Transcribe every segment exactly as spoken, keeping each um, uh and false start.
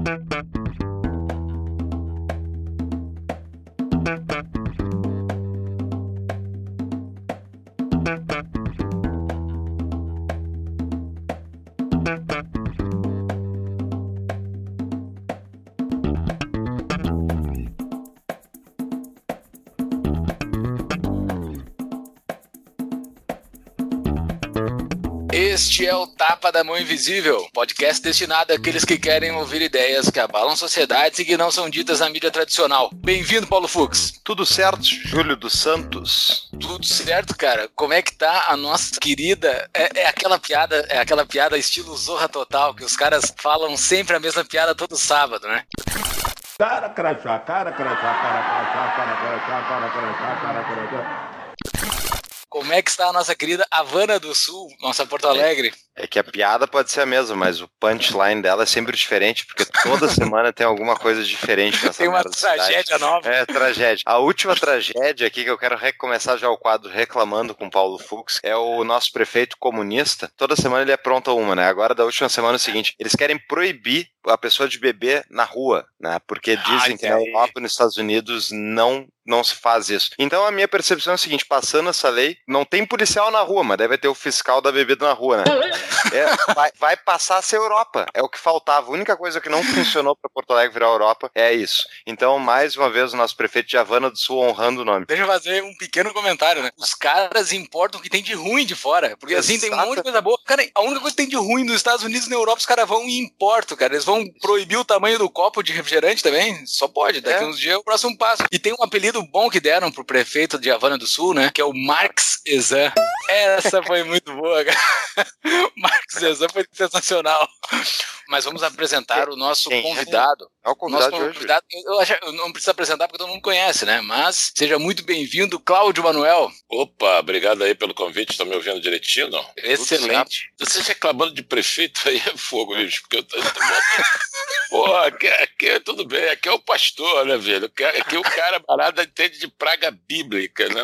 Este é o Tapa da Mão Invisível, podcast destinado àqueles que querem ouvir ideias que abalam sociedades e que não são ditas na mídia tradicional. Bem-vindo, Paulo Fux. Tudo certo, Júlio dos Santos? Tudo certo, cara. Como é que tá a nossa querida... É, é aquela piada, é aquela piada estilo Zorra Total, que os caras falam sempre a mesma piada todo sábado, né? Cara, crachá, cara, crachá, cara, crachá, cara, crachá, cara, crachá, cara, crachá. Como é que está a nossa querida Havana do Sul, nossa Porto Alegre? É, é que a piada pode ser a mesma, mas o punchline dela é sempre diferente, porque toda semana tem alguma coisa diferente nessa Tem uma tragédia nova. É, tragédia. A última tragédia aqui, que eu quero recomeçar já o quadro Reclamando com Paulo Fux, é o nosso prefeito comunista. Toda semana ele apronta uma, né? Agora, da última semana, é o seguinte, eles querem proibir a pessoa de beber na rua, né? Porque dizem Ai, que na Europa e nos Estados Unidos não... não se faz isso. Então a minha percepção é a seguinte, passando essa lei, não tem policial na rua, mas deve ter o fiscal da bebida na rua, né? É, vai, vai passar a ser Europa, é o que faltava. A única coisa que não funcionou para Porto Alegre virar Europa é isso. Então, mais uma vez, o nosso prefeito de Havana do Sul honrando o nome. Deixa eu fazer um pequeno comentário, né? Os caras importam o que tem de ruim de fora, porque assim, Exato. Tem um monte de coisa boa. Cara, a única coisa que tem de ruim nos Estados Unidos e na Europa, os caras vão e importam, cara. Eles vão proibir o tamanho do copo de refrigerante também? Só pode, daqui é. uns dias é o próximo passo. E tem um apelido bom que deram pro prefeito de Havana do Sul, né? Que é o Marx Ezan. Essa foi muito boa, cara. Marx Ezan foi sensacional. Mas vamos apresentar o nosso Quem? convidado. É o convidado nosso de hoje. Convidado, eu, acho, eu não preciso apresentar porque todo mundo conhece, né? Mas seja muito bem-vindo, Cláudio Manuel. Opa, obrigado aí pelo convite. Estão me ouvindo direitinho, não? Excelente. Você reclamando de prefeito aí é fogo, bicho. Porque eu tô... Pô, aqui, aqui é tudo bem. Aqui é o pastor, né, velho? Aqui, aqui o cara parado entende de praga bíblica, né?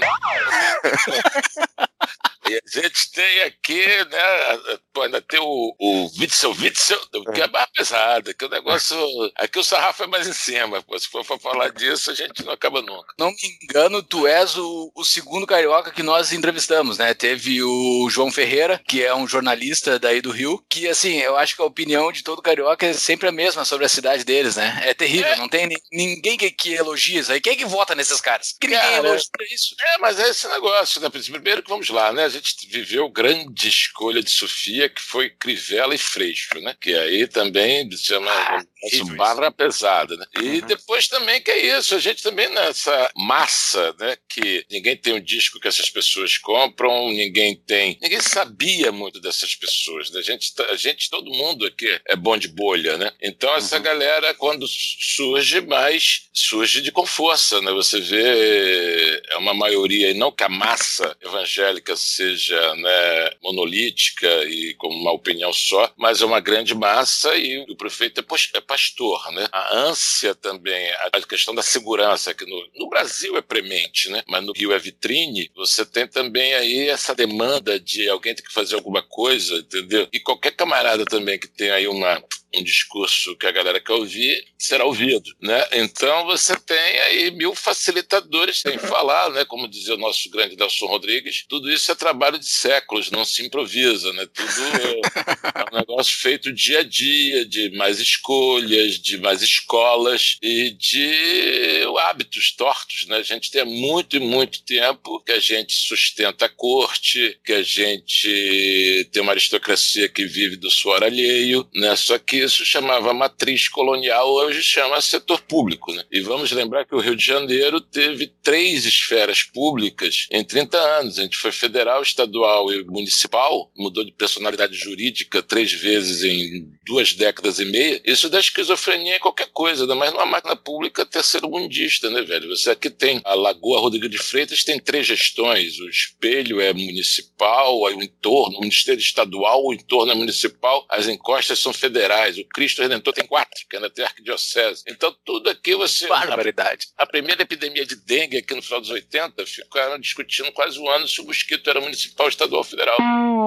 E a gente tem aqui, né, pô, ainda tem o, o Witzel Witzel, que é mais pesado, que o negócio, aqui o sarrafo é mais em cima, pô, se for pra falar disso, a gente não acaba nunca. Não me engano, tu és o, o segundo carioca que nós entrevistamos, né, teve o João Ferreira, que é um jornalista daí do Rio, que, assim, eu acho que a opinião de todo carioca é sempre a mesma sobre a cidade deles, né, é terrível, é. Não tem ni- ninguém que, que elogia isso aí, quem é que vota nesses caras? Que ninguém Cara, elogia isso. É, mas é esse negócio, né, primeiro que vamos lá, né, a gente viveu grande escolha de Sofia, que foi Crivella e Freixo, né? Que aí também se chama ah, barra pesada, né? E uhum. depois também que é isso, a gente também nessa massa, né? Que ninguém tem um disco que essas pessoas compram, ninguém tem... Ninguém sabia muito dessas pessoas, né? A gente, a gente, todo mundo aqui é bom de bolha, né? Então essa uhum. galera, quando surge, mais surge de com força, né? Você vê, é uma maioria, e não que a massa evangélica seja, né, monolítica e com uma opinião só, mas é uma grande massa e o prefeito é pastor, né? A ânsia também, a questão da segurança, que no, no Brasil é premente, né? Mas no Rio é vitrine, você tem também aí essa demanda de alguém ter que fazer alguma coisa, entendeu? E qualquer camarada também que tem aí uma... um discurso que a galera quer ouvir, será ouvido, né? Então você tem aí mil facilitadores sem falar, né? Como dizia o nosso grande Nelson Rodrigues, tudo isso é trabalho de séculos, não se improvisa, né? Tudo é um negócio feito dia a dia, de mais escolhas, de mais escolas e de hábitos tortos, né? A gente tem muito e muito tempo que a gente sustenta a corte, que a gente tem uma aristocracia que vive do suor alheio, né? Só que isso chamava matriz colonial, hoje chama setor público, né? E vamos lembrar que o Rio de Janeiro teve três esferas públicas em trinta anos. A gente foi federal, estadual e municipal, mudou de personalidade jurídica três vezes em duas décadas e meia. Isso da esquizofrenia é qualquer coisa, ainda mais numa máquina pública terceiro-mundista, né, velho? Você aqui tem a Lagoa Rodrigo de Freitas, tem três gestões. O espelho é municipal, aí o entorno, o Ministério Estadual, o entorno é municipal, as encostas são federais. O Cristo Redentor tem quatro, que ainda tem arquidiocese. Então, tudo aqui você... Barbaridade. A, a primeira epidemia de dengue aqui no final dos oitenta, ficaram discutindo quase um ano se o mosquito era municipal, estadual, federal.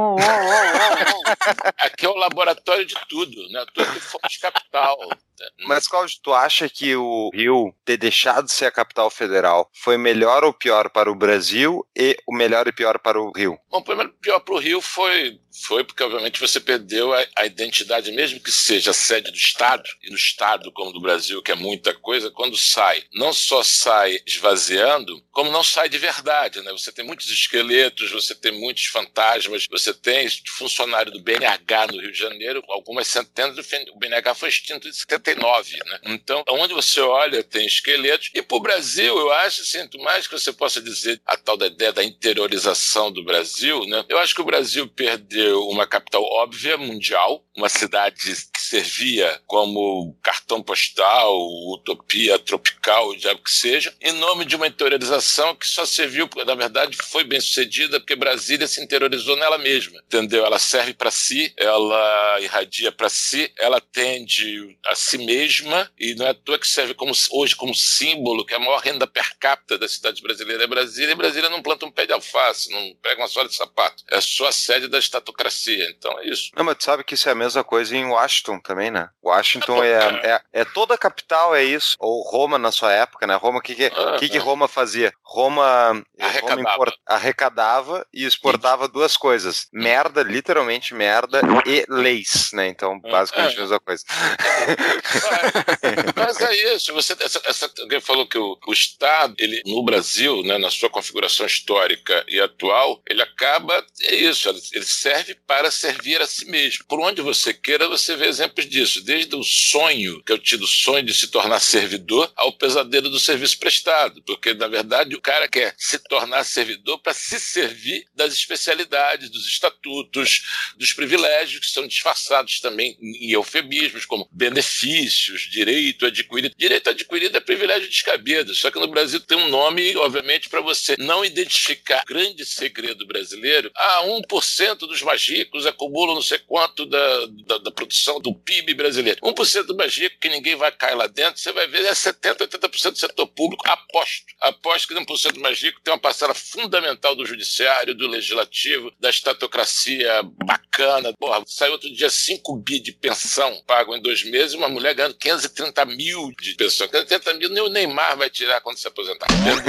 Aqui é o laboratório de tudo, né? Tudo que for de capital. Mas, Cláudio, tu acha que o Rio ter deixado de ser a capital federal foi melhor ou pior para o Brasil e o melhor e pior para o Rio? Bom, primeiro, pior para o Rio foi, foi porque, obviamente, você perdeu a, a identidade, mesmo que seja a sede do Estado, e no Estado, como do Brasil, que é muita coisa, quando sai, não só sai esvaziando, como não sai de verdade, né? Você tem muitos esqueletos, você tem muitos fantasmas, você tem funcionário do B N H no Rio de Janeiro, algumas centenas, o B N H foi extinto em setenta e nove, né? Então, onde você olha, tem esqueletos, e para o Brasil, eu acho, assim, por mais que você possa dizer a tal da ideia da interiorização do Brasil, né? Eu acho que o Brasil perdeu uma capital óbvia, mundial, uma cidade que servia como cartão postal, utopia tropical, já o que seja, em nome de uma interiorização que só serviu, na verdade, foi bem sucedida, porque Brasília se interiorizou nela mesma, entendeu? Ela serve para si, ela irradia para si, ela atende a si mesma, e não é à toa que serve como, hoje como símbolo, que a maior renda per capita da cidade brasileira é Brasília, e Brasília não planta um pé de alface, não pega uma sola de sapato. É só a sede da estatocracia, então é isso. Não, mas tu sabe que isso é a mesma coisa em Washington também, né? Washington é, é, é toda a capital, é isso. Ou Roma na sua época, né? Roma, o que que, ah, que, que Roma fazia? Roma, arrecadava. Roma import, arrecadava e exportava isso. Duas coisas. Merda, literalmente merda, e leis, né? Então, basicamente a mesma coisa. Mas é isso. Você, essa, essa, alguém falou que o, o Estado, ele, no Brasil, né, na sua configuração histórica e atual, ele acaba, é isso, ele serve para servir a si mesmo. Por onde você queira, você vê exemplos disso. Desde o sonho, que eu tive o sonho de se tornar servidor, ao pesadelo do serviço prestado. Porque, na verdade, o cara quer se tornar servidor para se servir das especialidades, dos estatutos, dos privilégios, que são disfarçados também em eufemismos, como benefícios, direito adquirido. Direito adquirido é privilégio descabido, só que no Brasil tem um nome, obviamente, para você não identificar grande segredo brasileiro. Ah, um por cento dos mais ricos acumulam não sei quanto da, da, da produção do P I B brasileiro. um por cento mais rico, que ninguém vai cair lá dentro, você vai ver, é setenta, oitenta por cento do setor público. Aposto. Aposto que um por cento mais rico tem uma parcela fundamental do judiciário, do legislativo, da estatocracia bacana. Porra, saiu outro dia cinco bi de pensão pago em dois meses, uma mulher ganhando quinhentos e trinta mil de pensão. quinhentos e trinta mil nem o Neymar vai tirar quando se aposentar.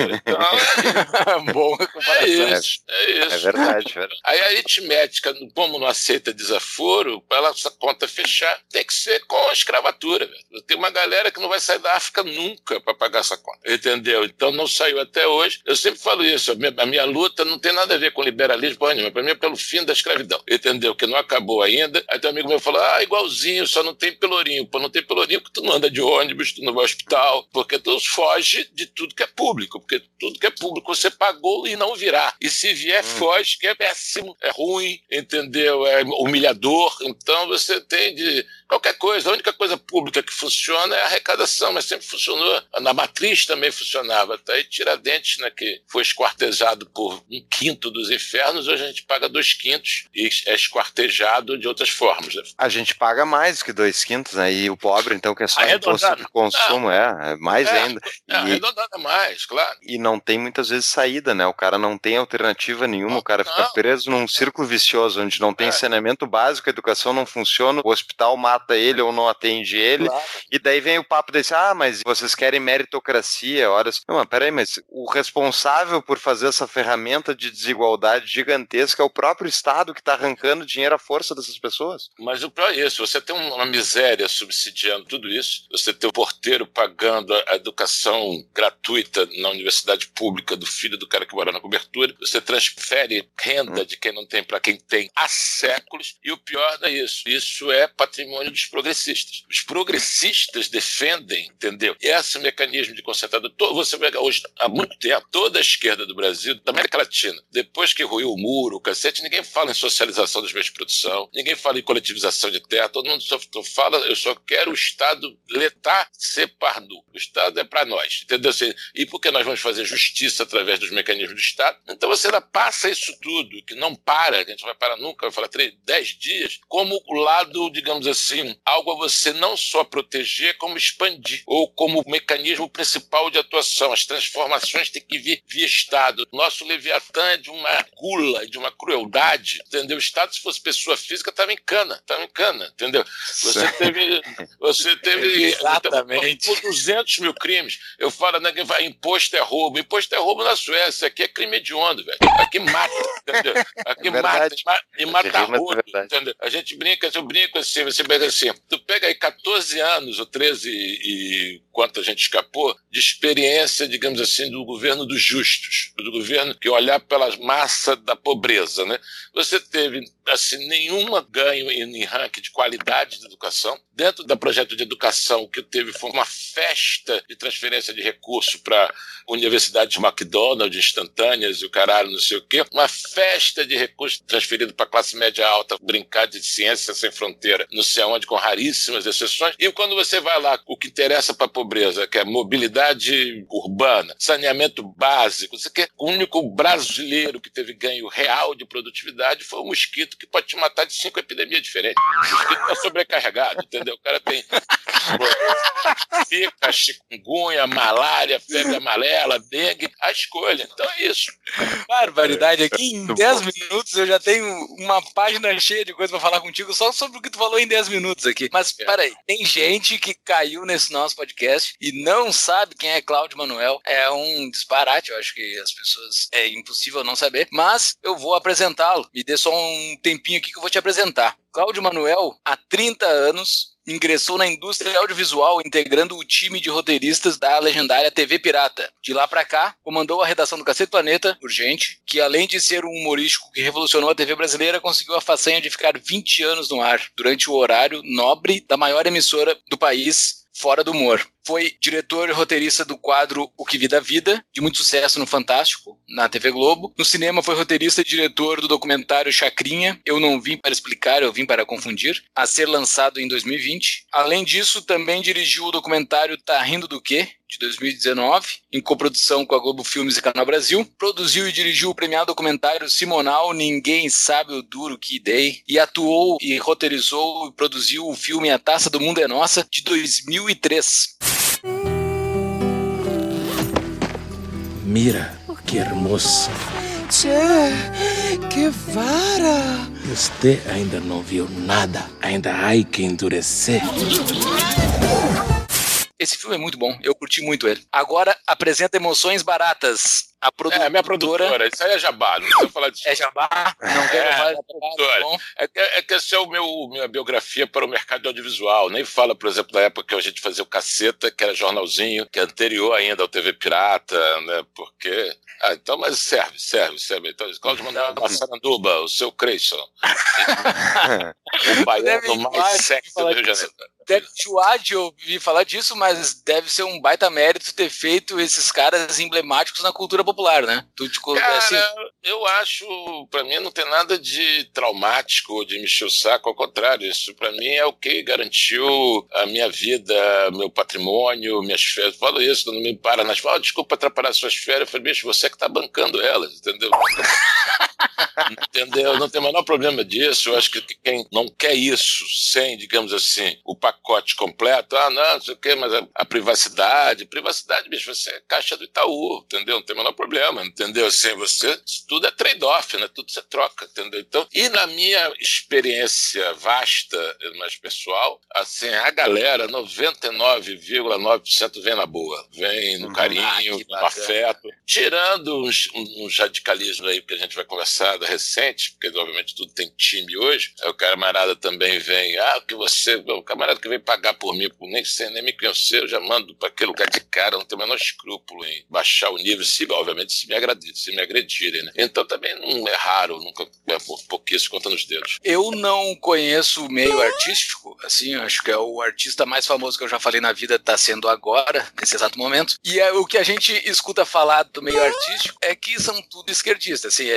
Então, boa comparação. É isso. É, isso. É verdade, verdade. Aí a aritmética, como não aceita desaforo, para essa conta fechar, tem que ser com a escravatura. Velho. Tem uma galera que não vai sair da África nunca para pagar essa conta. Entendeu? Então não saiu até hoje. Eu sempre falo isso. A minha, a minha luta não tem nada a ver com liberalismo, mas para mim é pelo fim da escravidão. Entendeu? Que não acabou ainda. Aí tem um amigo meu falou, ah, igualzinho, só não tem pelourinho. Pô, não tem pelourinho porque tu não anda de ônibus, tu não vai ao hospital, porque tu foge de tudo que é público, porque tudo que é público você pagou e não virá. E se vier, hum. foge, que é péssimo, é ruim, entendeu? É humilhador. Então você tem de qualquer coisa. A única coisa pública que funciona é a arrecadação, mas sempre funcionou. Na matriz também funcionava. Até aí Tiradentes, né, que foi esquartejado por um quinto dos infernos, hoje a gente paga dois quintos e é esquartejado de outras formas. Né? A gente paga mais que dois quintos, né? E o pobre, então, que é só imposto de consumo, não, é, é mais é, ainda. É, arredondada mais, claro. E não tem muitas vezes saída, né? O cara não tem alternativa nenhuma, não, o cara fica não. preso num círculo vicioso, onde não tem é. saneamento básico, a educação não funciona, o hospital mata ele ou não atende ele, claro. E daí vem o papo desse, ah, mas vocês querem meritocracia, horas... Não, mas peraí, mas o responsável por fazer essa ferramenta de desigualdade gigantesca é o próprio Estado que está arrancando dinheiro à força dessas pessoas. Mas o pior é isso, você tem uma miséria subsidiando tudo isso, você tem o porteiro pagando a educação gratuita na universidade pública do filho do cara que mora na cobertura, você transfere renda hum. de quem não tem para quem tem há séculos, e o pior não é isso, isso é patrimônio dos progressistas. Os progressistas defendem, entendeu? Esse mecanismo de concentrado, você pega hoje, há muito tempo, toda a esquerda do Brasil, da América Latina, depois que ruiu o muro, o cacete, ninguém fala em socialização dos meios de produção, ninguém fala em coletivização de terra, todo mundo só fala, eu só quero o Estado letar separ nu. O Estado é para nós, entendeu? E porque nós vamos fazer justiça através dos mecanismos do Estado, então você ainda passa isso tudo, que não para, que a gente não vai parar nunca, vai falar três, dez dias, como o lado, digamos assim, algo a você não só proibir, proteger como expandir, ou como mecanismo principal de atuação. As transformações têm que vir via Estado. Nosso Leviatã é de uma gula, de uma crueldade, entendeu? O Estado, se fosse pessoa física, estava em cana, estava em cana, entendeu? Você teve... Você teve... Exatamente. Por duzentos mil crimes. Eu falo, né, que vai, imposto é roubo. Imposto é roubo na Suécia. Aqui é crime hediondo, velho. Aqui mata, entendeu? Aqui É mata, e mata é rodo, entendeu? A gente brinca, eu brinco assim, você pega assim, tu pega aí catorze anos, ou treze e quanto a gente escapou, de experiência, digamos assim, do governo dos justos, do governo que olhar pela massa da pobreza, né? Você teve, assim, nenhuma ganho em, em ranking de qualidade de educação. Dentro do projeto de educação, o que teve foi uma festa de transferência de recurso para universidades McDonald's instantâneas e o caralho, não sei o quê. Uma festa de recursos transferido para a classe média alta, brincar de ciência sem fronteira, não sei aonde, com raríssimas exceções. E quando você vai lá, o que interessa para a pobreza, que é mobilidade urbana, saneamento básico, você quer, o único brasileiro que teve ganho real de produtividade foi o mosquito, que pode te matar de cinco epidemias diferentes. O mosquito está sobrecarregado, entendeu? O cara tem zika, chikungunya, malária, febre amarela, dengue, a escolha. Então é isso. Barbaridade. Aqui em dez minutos eu já tenho uma página cheia de coisa pra falar contigo só sobre o que tu falou em dez minutos aqui. Mas É. peraí, tem gente que caiu nesse nosso podcast e não sabe quem é Cláudio Manuel. É um disparate, eu acho que as pessoas... É impossível não saber, mas eu vou apresentá-lo. Me dê só um tempinho aqui que eu vou te apresentar. Cláudio Manuel, há trinta anos, ingressou na indústria audiovisual integrando o time de roteiristas da legendária T V Pirata. De lá pra cá, comandou a redação do Cacete Planeta, Urgente, que além de ser um humorístico que revolucionou a T V brasileira, conseguiu a façanha de ficar vinte anos no ar, durante o horário nobre da maior emissora do país, fora do humor. Foi diretor e roteirista do quadro O Que Vi da Vida, de muito sucesso no Fantástico, na T V Globo. No cinema foi roteirista e diretor do documentário Chacrinha, Eu Não Vim Para Explicar, Eu Vim Para Confundir, a ser lançado em dois mil e vinte. Além disso, também dirigiu o documentário Tá Rindo do Quê?, de dois mil e dezenove, em coprodução com a Globo Filmes e Canal Brasil. Produziu e dirigiu o premiado documentário Simonal, Ninguém Sabe o Duro Que Dei, e atuou e roteirizou e produziu o filme A Taça do Mundo é Nossa, de dois mil e três. Mira, que hermoso. Che, que vara! Você ainda não viu nada. Ainda há que endurecer. Esse filme é muito bom, eu curti muito ele. Agora apresenta Emoções Baratas. A produtora... É, a minha produtora, isso aí é jabá, não precisa falar disso. É jabá? Não quero É, falar produtora. bom. É que, é que essa é o meu, minha biografia para o mercado audiovisual. Nem fala, por exemplo, da época que a gente fazia o Caceta, que era jornalzinho, que é anterior ainda ao T V Pirata, né? Porque... Ah, então, mas serve, serve, serve. Então, Cláudio Manuel da Massaranduba, o seu Creyson. O baiano mais sexy do Rio de Janeiro. Deve enjoar de ouvir falar disso, mas deve ser um baita mérito ter feito esses caras emblemáticos na cultura popular, né? Tu te Cara, assim... eu acho, pra mim não tem nada de traumático ou de me encher o saco, ao contrário, isso pra mim é o que garantiu a minha vida, meu patrimônio, minhas férias. Eu falo isso, quando me para nas falas, oh, desculpa atrapalhar suas férias, eu falei, bicho, você que tá bancando elas, entendeu? Entendeu? Não tem o menor problema disso. Eu acho que quem não quer isso sem, digamos assim, o pacote completo, ah, não, não sei o quê, mas a, a privacidade, privacidade, bicho, você é caixa do Itaú, entendeu? Não tem o menor problema, entendeu? Assim, você, tudo é trade-off, né? Tudo você troca, entendeu? Então, e na minha experiência vasta, mais pessoal, assim, a galera, noventa e nove vírgula nove por cento vem na boa, vem no carinho, ah, no afeto, tirando uns, uns radicalismos aí que a gente vai conversar da recente, porque obviamente tudo tem time hoje, aí o camarada também vem, ah, o que você, o camarada que vem pagar por mim, por nem ser, nem me conhecer, eu já mando para aquele lugar de cara, não tem o menor escrúpulo em baixar o nível, se, obviamente se me agredir, se me agredirem, né? Então também não é raro, nunca, é pouquíssimo contando os dedos. Eu não conheço o meio artístico, assim, acho que é o artista mais famoso que eu já falei na vida, está sendo agora, nesse exato momento, e é, o que a gente escuta falar do meio artístico é que são tudo esquerdistas, assim, é tipo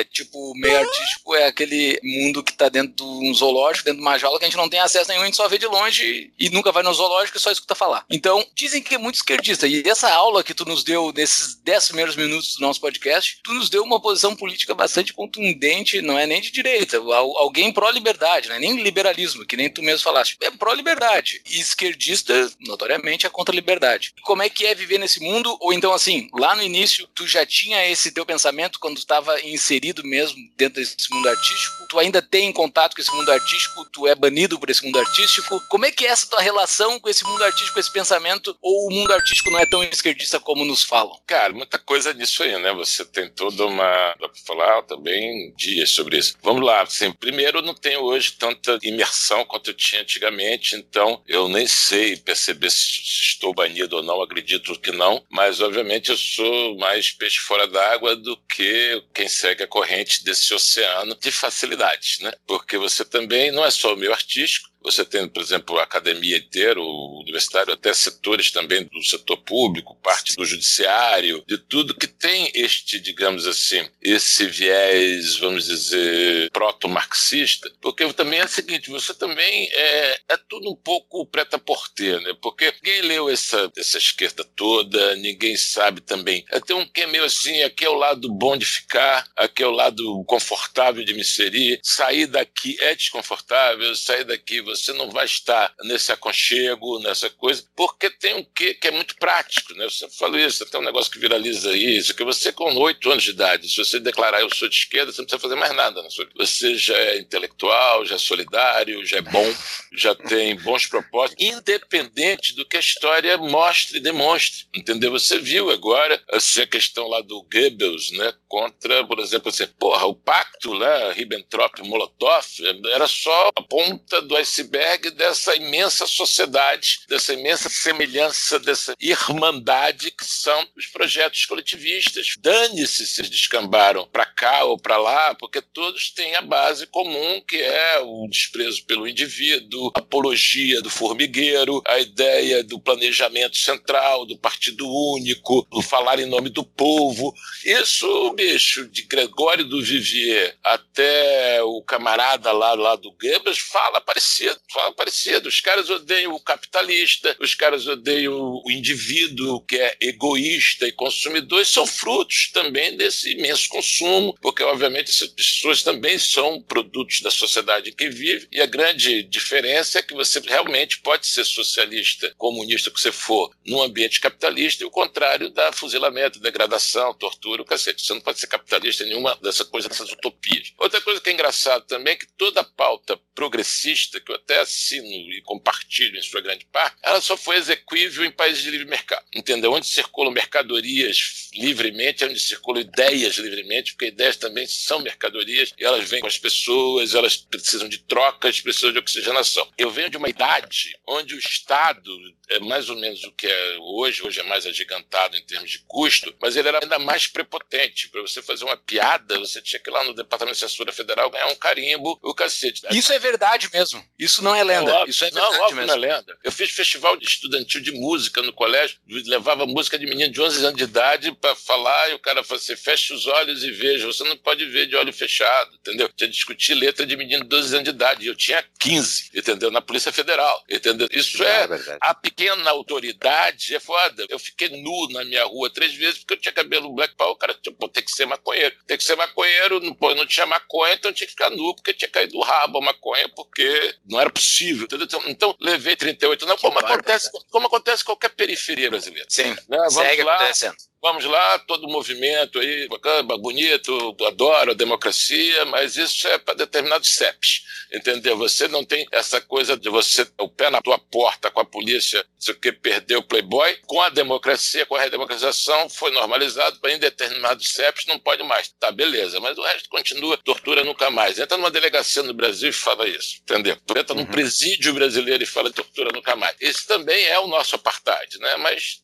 o meio artístico é aquele mundo que tá dentro de um zoológico, dentro de uma jaula, que a gente não tem acesso nenhum, a gente só vê de longe e nunca vai no zoológico e só escuta falar. Então, dizem que é muito esquerdista. E essa aula que tu nos deu nesses dez primeiros minutos do nosso podcast, tu nos deu uma posição política bastante contundente, não é nem de direita, alguém pró-liberdade, não é nem liberalismo, que nem tu mesmo falaste, é pró-liberdade. E esquerdista, notoriamente, é contra a liberdade. Como é que é viver nesse mundo? Ou então, assim, lá no início, tu já tinha esse teu pensamento quando tu estava inserido mesmo dentro desse mundo artístico? Tu ainda tem contato com esse mundo artístico? Tu é banido por esse mundo artístico? Como é que é essa tua relação com esse mundo artístico, com esse pensamento? Ou o mundo artístico não é tão esquerdista como nos falam? Cara, muita coisa nisso aí, né? Você tem toda uma... Dá pra falar também dias sobre isso. Vamos lá, assim, primeiro, eu não tenho hoje tanta imersão quanto eu tinha antigamente, então eu nem sei perceber se estou banido ou não, acredito que não, mas obviamente eu sou mais peixe fora d'água do que quem segue a corrente desse oceano de facilidades, né? Porque você também não é só o meio artístico, você tem, por exemplo, a academia inteira, o universitário, até setores também do setor público, parte do judiciário, de tudo que tem este, digamos assim, esse viés, vamos dizer, proto-marxista, porque também é o seguinte, você também é, é tudo um pouco prêt-à-porter, né? Porque ninguém leu essa, essa esquerda toda, ninguém sabe também. Tem um que é meio assim, aqui é o lado bom de ficar, aqui é o lado confortável de me inserir, sair daqui é desconfortável, sair daqui você não vai estar nesse aconchego, nessa coisa, porque tem um quê que é muito prático, né? Eu sempre falo isso, tem um negócio que viraliza isso, que você com oito anos de idade, se você declarar eu sou de esquerda, você não precisa fazer mais nada na sua vida. Você já é intelectual, já é solidário, já é bom, já tem bons propósitos, independente do que a história mostre e demonstre, entendeu? Você viu agora assim, a questão lá do Goebbels, né? Contra, por exemplo, assim, porra, o pacto lá, Ribbentrop-Molotov, era só a ponta do iceberg dessa imensa sociedade, dessa imensa semelhança, dessa irmandade que são os projetos coletivistas. Dane-se se eles descambaram para cá ou para lá, porque todos têm a base comum, que é o desprezo pelo indivíduo, a apologia do formigueiro, a ideia do planejamento central, do partido único, do falar em nome do povo. Isso, bicho, de Gregório do Vivier até o camarada lá, lá do Goebbels, fala parecido. Fala parecido. Os caras odeiam o capitalista, os caras odeiam o indivíduo que é egoísta e consumidor, e são frutos também desse imenso consumo, porque obviamente essas pessoas também são produtos da sociedade em que vive, e a grande diferença é que você realmente pode ser socialista, comunista, que você for, num ambiente capitalista, e o contrário da fuzilamento, degradação, tortura, o cacete. Você não pode ser capitalista em nenhuma dessas coisas, dessas utopias. Outra coisa que é engraçado também é que toda a pauta progressista, que eu até assino e compartilho em sua grande parte, ela só foi execuível em países de livre mercado, entendeu? Onde circulam mercadorias livremente, onde circulam ideias livremente, porque ideias também são mercadorias, e elas vêm com as pessoas, elas precisam de trocas, precisam de oxigenação. Eu venho de uma idade onde o Estado é mais ou menos o que é hoje, hoje é mais agigantado em termos de custo, mas ele era ainda mais prepotente. Para você fazer uma piada, você tinha que ir lá no Departamento de Censura Federal ganhar um carimbo, o cacete. Isso é verdade mesmo. Isso não é lenda. Não, óbvio, Isso é não, verdade óbvio, mesmo. não é lenda. Eu fiz festival de estudantil de música no colégio, levava música de menino de onze anos de idade para falar, e o cara falou assim, feche os olhos e veja. Você não pode ver de olho fechado, entendeu? Tinha que discutir letra de menino de doze anos de idade, e eu tinha quinze, entendeu? Na Polícia Federal, entendeu? Isso não, é, é a pequena autoridade é foda. Eu fiquei nu na minha rua três vezes porque eu tinha cabelo black power, o cara tinha, pô, tem que ser maconheiro. Tem que ser maconheiro, não, pô, não tinha maconha, então tinha que ficar nu porque tinha caído do rabo a maconha, porque não era possível, entendeu? Então, então levei trinta e oito anos, como acontece, como acontece em qualquer periferia brasileira. Sim, né? Vamos segue lá, acontecendo. Vamos lá, todo o movimento aí, bacana, bonito, adoro a democracia, mas isso é para determinados C E Ps, entendeu? Você não tem essa coisa de você ter o pé na tua porta com a polícia, você quer perder o Playboy. Com a democracia, com a redemocratização, foi normalizado para em determinados C E Ps não pode mais. Tá, beleza, mas o resto continua, tortura nunca mais. Entra numa delegacia no Brasil e fala isso, entendeu? Entra num uhum. presídio brasileiro e fala tortura nunca mais. Esse também é o nosso apartheid, né? Mas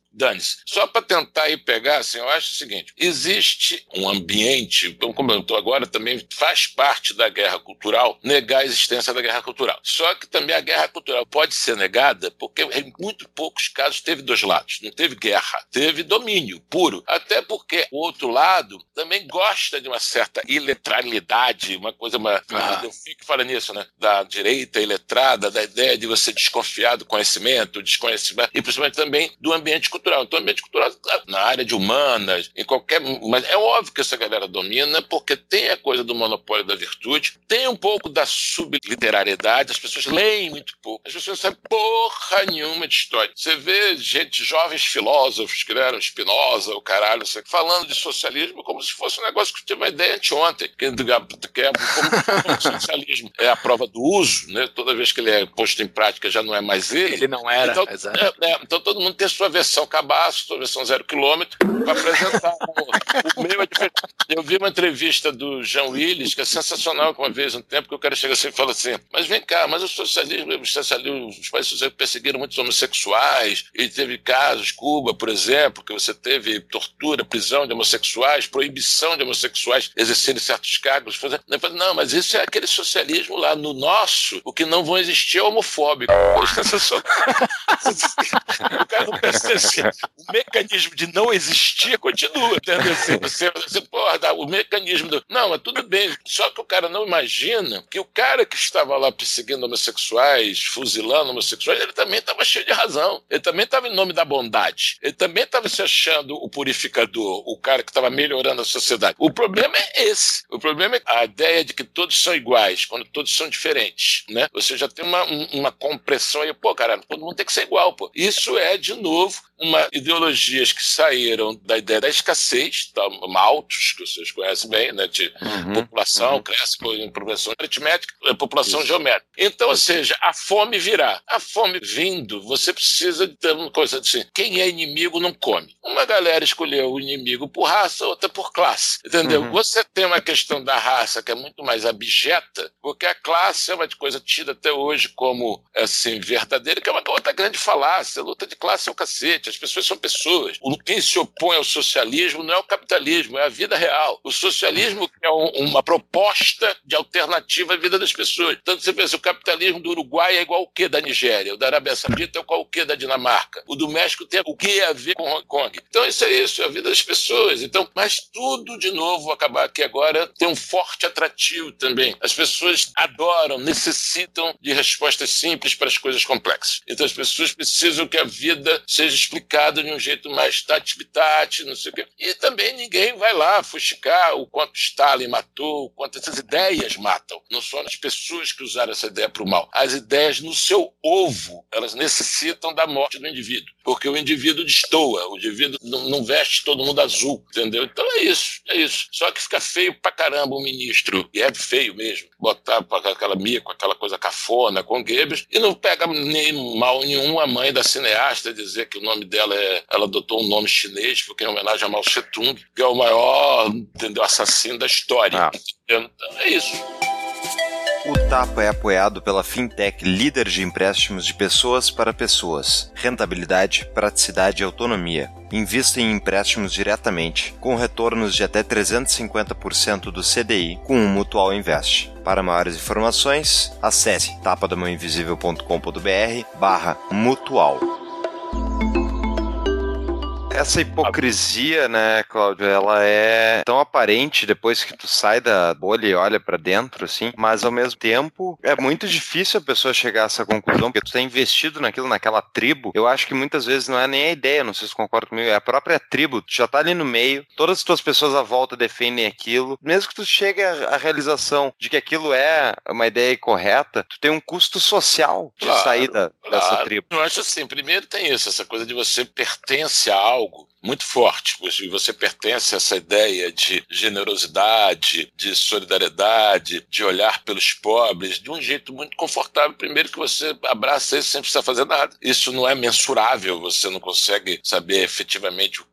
dane-se. Só para tentar ir pegar, assim, eu acho o seguinte, existe um ambiente, como eu estou agora, também faz parte da guerra cultural negar a existência da guerra cultural. Só que também a guerra cultural pode ser negada porque em muito poucos casos teve dois lados. Não teve guerra, teve domínio puro. Até porque o outro lado também gosta de uma certa iletralidade, uma coisa, uma, ah. eu fico falando nisso, né? Da direita iletrada, da ideia de você desconfiar do conhecimento, desconhecimento, e principalmente também do ambiente cultural. Então, o ambiente cultural, na área de humanas, em qualquer. Mas é óbvio que essa galera domina, porque tem a coisa do monopólio da virtude, tem um pouco da subliterariedade, as pessoas leem muito pouco, as pessoas não sabem porra nenhuma de história. Você vê gente, jovens filósofos, que eram Spinoza, o caralho, falando de socialismo como se fosse um negócio que tinha uma ideia anteontem, que, que é como o socialismo é a prova do uso, né? Toda vez que ele é posto em prática já não é mais ele. Ele não era, então, exato. É, é, então todo mundo tem sua versão cabaço, sua versão zero quilômetro, para apresentar. o, o meu é diferente. Eu vi uma entrevista do Jean Willis, que é sensacional, que uma vez, um tempo, que o cara chega assim e fala assim, mas vem cá, mas o socialismo, o socialismo os países socialistas perseguiram muitos homossexuais, e teve casos, Cuba, por exemplo, que você teve tortura, prisão de homossexuais, proibição de homossexuais exercerem certos cargos. Eu falei, não, mas isso é aquele socialismo lá. No nosso, o que não vão existir é homofóbico. O cara não pensa assim, o mecanismo de não existir continua, entendeu? Assim, você, você, porra, o mecanismo do... Não, mas tudo bem, só que o cara não imagina que o cara que estava lá perseguindo homossexuais, fuzilando homossexuais, ele também estava cheio de razão, ele também estava em nome da bondade, ele também estava se achando o purificador, o cara que estava melhorando a sociedade. O problema é esse, o problema é a ideia de que todos são iguais, quando todos são diferentes, né? Você já tem uma, uma compressão aí, pô, cara, todo mundo tem que ser igual, pô. Isso é, de novo, uma ideologias que saíram da ideia da escassez, tá, maltos, que vocês conhecem bem, né, de uhum, população, uhum. cresce em progressão aritmética, população Isso. geométrica. Então, ou seja, a fome virá. A fome vindo, você precisa ter uma coisa assim, quem é inimigo não come. Uma galera escolheu o inimigo por raça, outra por classe, entendeu? Uhum. Você tem uma questão da raça que é muito mais abjeta, porque a classe é uma coisa tida até hoje como, assim, verdadeira, que é uma outra grande falácia. A luta de classe é o cacete, as pessoas são pessoas. Quem se opõe ao socialismo não é o capitalismo, é a vida real. O socialismo é um, uma proposta de alternativa à vida das pessoas. Então você pensa, o capitalismo do Uruguai é igual ao que da Nigéria, o da Arábia Saudita é igual ao que da Dinamarca, o do México tem o que a ver com Hong Kong. Então isso é isso, é a vida das pessoas. Então, mas tudo, de novo, vou acabar aqui agora, tem um forte atrativo também. As pessoas adoram, necessitam de respostas simples para as coisas complexas. Então as pessoas precisam que a vida seja explicada de um jeito mais tati-bitati, não sei o quê. E também ninguém vai lá fuxicar o quanto Stalin matou, o quanto essas ideias matam. Não são as pessoas que usaram essa ideia para o mal. As ideias no seu ovo, elas necessitam da morte do indivíduo, porque o indivíduo destoa, o indivíduo não, não veste todo mundo azul, entendeu? Então é isso, é isso. Só que fica feio pra caramba o ministro, e é feio mesmo, botar aquela mico, aquela coisa cafona com Goebbels, e não pega nem mal nenhum a mãe da cineasta dizer que o nome dela é, ela adotou um nome chinês, porque é em homenagem a Mao Tse-tung, que é o maior, entendeu, assassino da história. Ah. Então é isso. O Tapa é apoiado pela fintech líder de empréstimos de pessoas para pessoas. Rentabilidade, praticidade e autonomia. Invista em empréstimos diretamente, com retornos de até trezentos e cinquenta por cento do C D I com o Mutual Invest. Para maiores informações, acesse tapadamãoinvisível.com.br barra mutual. Essa hipocrisia, né, Cláudio, ela é tão aparente depois que tu sai da bolha e olha pra dentro, assim, mas ao mesmo tempo é muito difícil a pessoa chegar a essa conclusão, porque tu tá investido naquilo, naquela tribo. Eu acho que muitas vezes não é nem a ideia, não sei se concordam comigo, é a própria tribo, tu já tá ali no meio, todas as tuas pessoas à volta defendem aquilo, mesmo que tu chegue à realização de que aquilo é uma ideia correta, tu tem um custo social de claro, sair da, claro. dessa tribo. Eu acho assim, primeiro tem isso, essa coisa de você pertence a algo muito forte, você pertence a essa ideia de generosidade, de solidariedade, de olhar pelos pobres de um jeito muito confortável. Primeiro que você abraça isso sem precisar fazer nada. Isso não é mensurável, você não consegue saber efetivamente o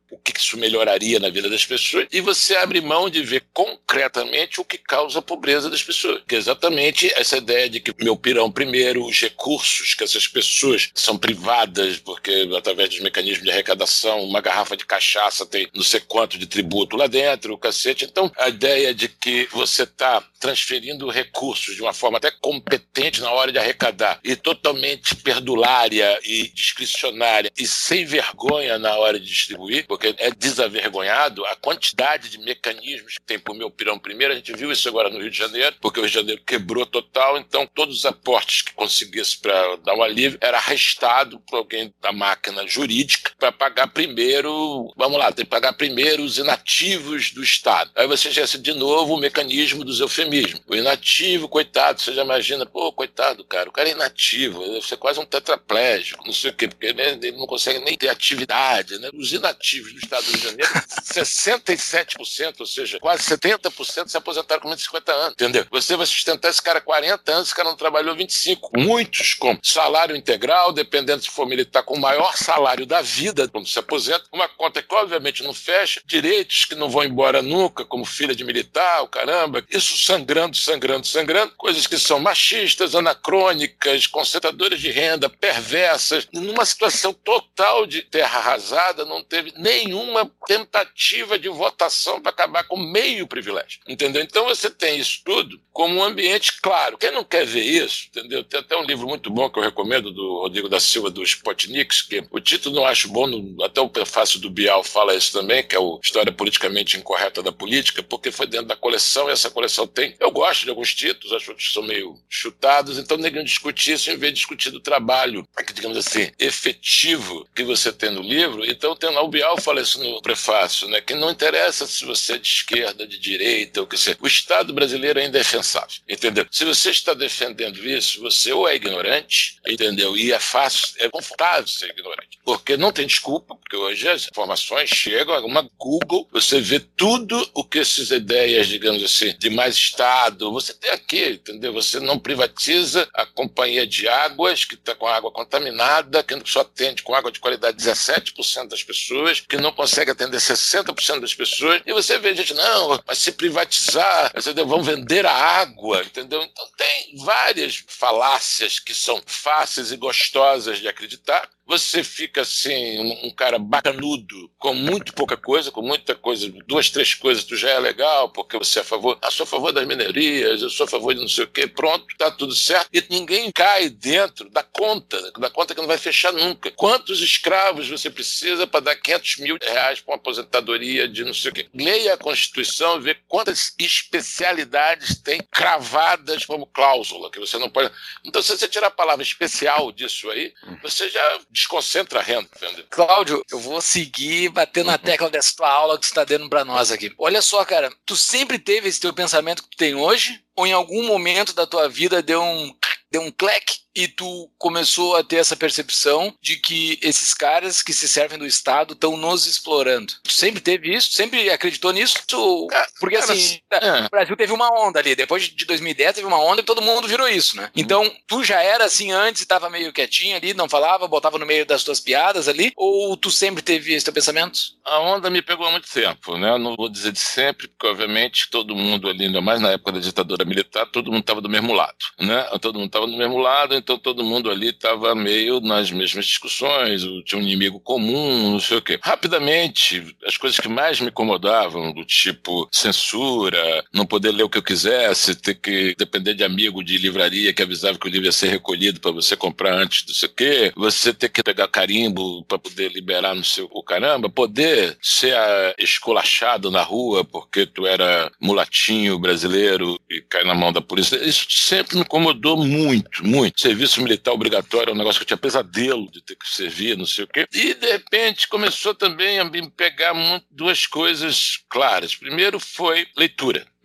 o que isso melhoraria na vida das pessoas, e você abre mão de ver concretamente o que causa a pobreza das pessoas. Que é exatamente essa ideia de que meu pirão primeiro, os recursos que essas pessoas são privadas, porque através dos mecanismos de arrecadação, uma garrafa de cachaça tem não sei quanto de tributo lá dentro, o cacete. Então, a ideia de que você está transferindo recursos de uma forma até competente na hora de arrecadar e totalmente perdulária e discricionária e sem vergonha na hora de distribuir, porque é desavergonhado a quantidade de mecanismos que tem por meu pirão primeiro. A gente viu isso agora no Rio de Janeiro, porque o Rio de Janeiro quebrou total, então todos os aportes que conseguisse para dar um alívio era arrestado por alguém da máquina jurídica para pagar primeiro, vamos lá, tem que pagar primeiro os inativos do Estado. Aí você já de novo o mecanismo dos eufemismos. O inativo, coitado, você já imagina, pô, coitado, cara, o cara é inativo, ele deve ser quase um tetraplégico, não sei o quê, porque ele não consegue nem ter atividade, né? Os inativos do Estado do Rio de Janeiro, sessenta e sete por cento, ou seja, quase setenta por cento se aposentaram com menos de cinquenta anos, entendeu? Você vai sustentar esse cara quarenta anos, esse cara não trabalhou vinte e cinco. Muitos com salário integral, dependendo se for militar, com o maior salário da vida, quando se aposenta, uma conta que obviamente não fecha, direitos que não vão embora nunca, como filha de militar, o caramba, isso sangrando, sangrando, sangrando, coisas que são machistas, anacrônicas, concentradoras de renda, perversas, numa situação total de terra arrasada, não teve nenhuma tentativa de votação para acabar com meio privilégio, entendeu? Então você tem isso tudo como um ambiente claro. Quem não quer ver isso, entendeu? Tem até um livro muito bom que eu recomendo, do Rodrigo da Silva, do Spotniks, que o título não acho bom, no, até o prefácio do Bial fala isso também, que é o História Politicamente Incorreta da Política, porque foi dentro da coleção, e essa coleção tem, eu gosto de alguns títulos, acho que são meio chutados, então ninguém discute isso em vez de discutir do trabalho, digamos assim, efetivo que você tem no livro. Então tem lá, o Bial fala isso no prefácio, né, que não interessa se você é de esquerda, de direita, ou que seja, o Estado brasileiro é indefensável, entendeu? Se você está defendendo isso, você ou é ignorante, entendeu? E é fácil, é confortável ser ignorante, porque não tem desculpa, porque hoje as informações chegam, uma Google, você vê tudo o que essas ideias, digamos assim, de mais Estado, você tem aqui, entendeu? Você não privatiza a companhia de águas, que está com água contaminada, que só atende com água de qualidade dezessete por cento das pessoas, que não consegue atender sessenta por cento das pessoas, e você vê gente, não, mas se privatizar, entendeu? Vão vender a água, entendeu? Então tem várias falácias que são fáceis e gostosas de acreditar. Você fica assim, um, um cara bacanudo, com muito pouca coisa, com muita coisa, duas, três coisas, tu já é legal, porque você é a favor, ah, sou a favor das minorias, eu sou a favor de não sei o quê, pronto, tá tudo certo, e ninguém cai dentro da conta, da conta que não vai fechar nunca. Quantos escravos você precisa para dar quinhentos mil reais para uma aposentadoria de não sei o quê? Leia a Constituição e vê quantas especialidades tem cravadas como cláusula, que você não pode... Então, se você tirar a palavra especial disso aí, você já desconcentra a renda, entendeu? Cláudio, eu vou seguir batendo na tecla dessa tua aula que tu está dando pra nós aqui. Olha só, cara, tu sempre teve esse teu pensamento que tu tem hoje? Ou em algum momento da tua vida deu um, deu um clack e tu começou a ter essa percepção de que esses caras que se servem do Estado estão nos explorando? Tu sempre teve isso? Sempre acreditou nisso? Tu... Porque cara, assim, é. o Brasil teve uma onda ali, depois de dois mil e dez teve uma onda e todo mundo virou isso, né? Então, tu já era assim antes e tava meio quietinho ali, não falava, botava no meio das tuas piadas ali, ou tu sempre teve esse teu pensamento? A onda me pegou há muito tempo, né? Eu não vou dizer de sempre, porque obviamente todo mundo ali, ainda mais na época da ditadura militar, todo mundo estava do mesmo lado, né? Todo mundo estava do mesmo lado, então todo mundo ali estava meio nas mesmas discussões, tinha um inimigo comum, não sei o quê. Rapidamente, as coisas que mais me incomodavam, do tipo censura, não poder ler o que eu quisesse, ter que depender de amigo de livraria que avisava que o livro ia ser recolhido para você comprar antes do sei o quê, você ter que pegar carimbo para poder liberar no seu o caramba, poder ser esculachado na rua porque tu era mulatinho brasileiro e cai na mão da polícia, isso sempre me incomodou muito, muito. Serviço militar obrigatório é um negócio que eu tinha pesadelo de ter que servir, não sei o quê. E, de repente, começou também a me pegar muito, duas coisas claras. Primeiro foi leitura.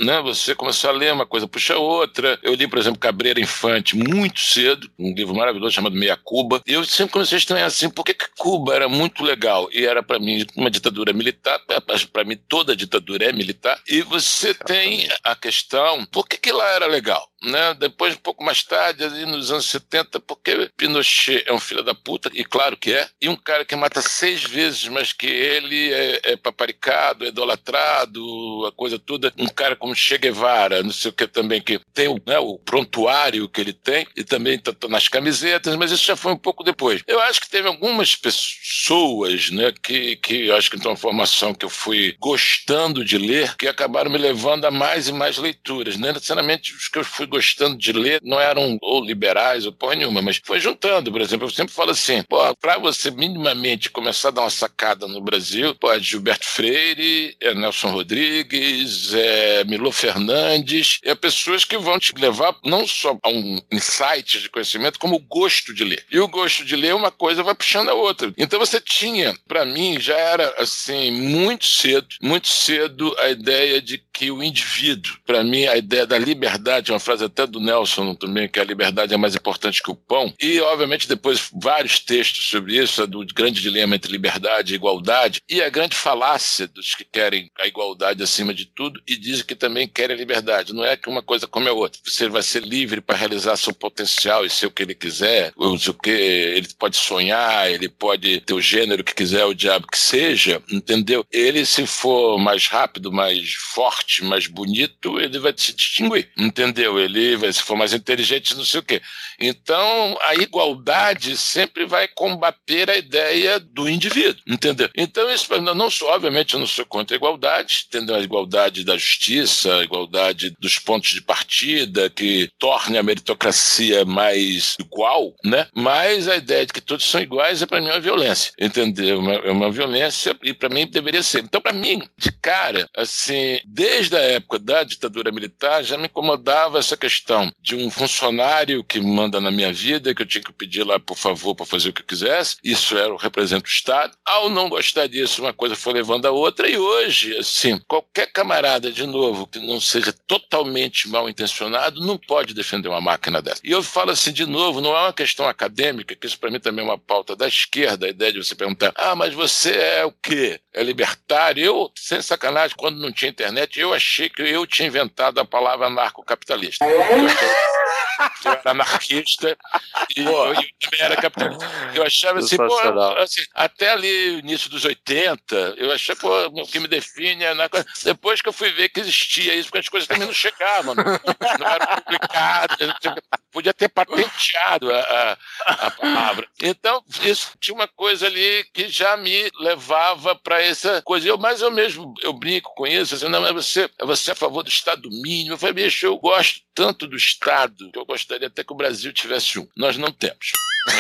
né? Você começou a ler, uma coisa puxa outra. Eu li, por exemplo, Cabreira Infante muito cedo, um livro maravilhoso chamado Meia Cuba, e eu sempre comecei a estranhar assim, por que que Cuba era muito legal? E era para mim uma ditadura militar, para mim toda ditadura é militar, e você tem a questão, por que que lá era legal? Né? Depois, um pouco mais tarde, ali nos anos setenta, porque Pinochet é um filho da puta, e claro que é, e um cara que mata seis vezes, mas que ele é, é paparicado, é idolatrado, a coisa toda, um cara como Che Guevara, não sei o que também, que tem o, né, o prontuário que ele tem, e também tá, tá nas camisetas, mas isso já foi um pouco depois. Eu acho que teve algumas pessoas, né, que, que eu acho que tem uma formação que eu fui gostando de ler, que acabaram me levando a mais e mais leituras, né? Necessariamente os que eu fui gostando de ler não eram ou liberais ou porra nenhuma, mas foi juntando, por exemplo, eu sempre falo assim, pô, pra você minimamente começar a dar uma sacada no Brasil, pô, é Gilberto Freire, é Nelson Rodrigues, é Milô Fernandes, é pessoas que vão te levar não só a um insight de conhecimento, como o gosto de ler. E o gosto de ler, uma coisa vai puxando a outra. Então você tinha, pra mim, já era assim, muito cedo, muito cedo a ideia de que o indivíduo, pra mim, a ideia da liberdade, uma frase até do Nelson também, que a liberdade é mais importante que o pão, e obviamente depois vários textos sobre isso, do grande dilema entre liberdade e igualdade, e a grande falácia dos que querem a igualdade acima de tudo e dizem que também querem a liberdade. Não é que uma coisa come a outra. Você vai ser livre para realizar seu potencial e ser o que ele quiser, ou o que ele pode sonhar, ele pode ter o gênero que quiser, o diabo que seja, entendeu? Ele, se for mais rápido, mais forte, mais bonito, ele vai se distinguir, entendeu? Ele vai, se for mais inteligente, não sei o quê. Então, a igualdade sempre vai combater a ideia do indivíduo, entendeu? Então, isso, eu não sou, obviamente, eu não sou contra a igualdade, entendeu? A igualdade da justiça, a igualdade dos pontos de partida, que torne a meritocracia mais igual, né? Mas a ideia de que todos são iguais é, para mim, uma violência, entendeu? Uma, é uma violência e, para mim, deveria ser. Então, para mim, de cara, assim, desde a época da ditadura militar, já me incomodava essa questão de um funcionário que manda na minha vida, que eu tinha que pedir lá, por favor, para fazer o que eu quisesse. Isso era o representa o Estado. Ao não gostar disso, uma coisa foi levando a outra, e hoje, assim, qualquer camarada, de novo, que não seja totalmente mal intencionado, não pode defender uma máquina dessa. E eu falo assim, de novo, não é uma questão acadêmica, que isso para mim também é uma pauta da esquerda, a ideia de você perguntar, ah, mas você é o quê? É libertário? Eu, sem sacanagem, quando não tinha internet, eu achei que eu tinha inventado a palavra anarcocapitalista. Eu eu era anarquista e eu, eu também era capitalista. Eu achava assim, pô, assim, até ali, início dos oitenta, eu achei, pô, o que me define é... Depois que eu fui ver que existia isso, porque as coisas também não chegavam, não, não eram publicadas, podia ter patenteado a, a, a palavra. Então, isso tinha uma coisa ali que já me levava para essa coisa. Eu, mas eu mesmo, eu brinco com isso, assim, não, mas você, você é a favor do Estado mínimo. Eu falei, bicho, eu gosto tanto do Estado que eu gostaria até que o Brasil tivesse um. Nós não temos.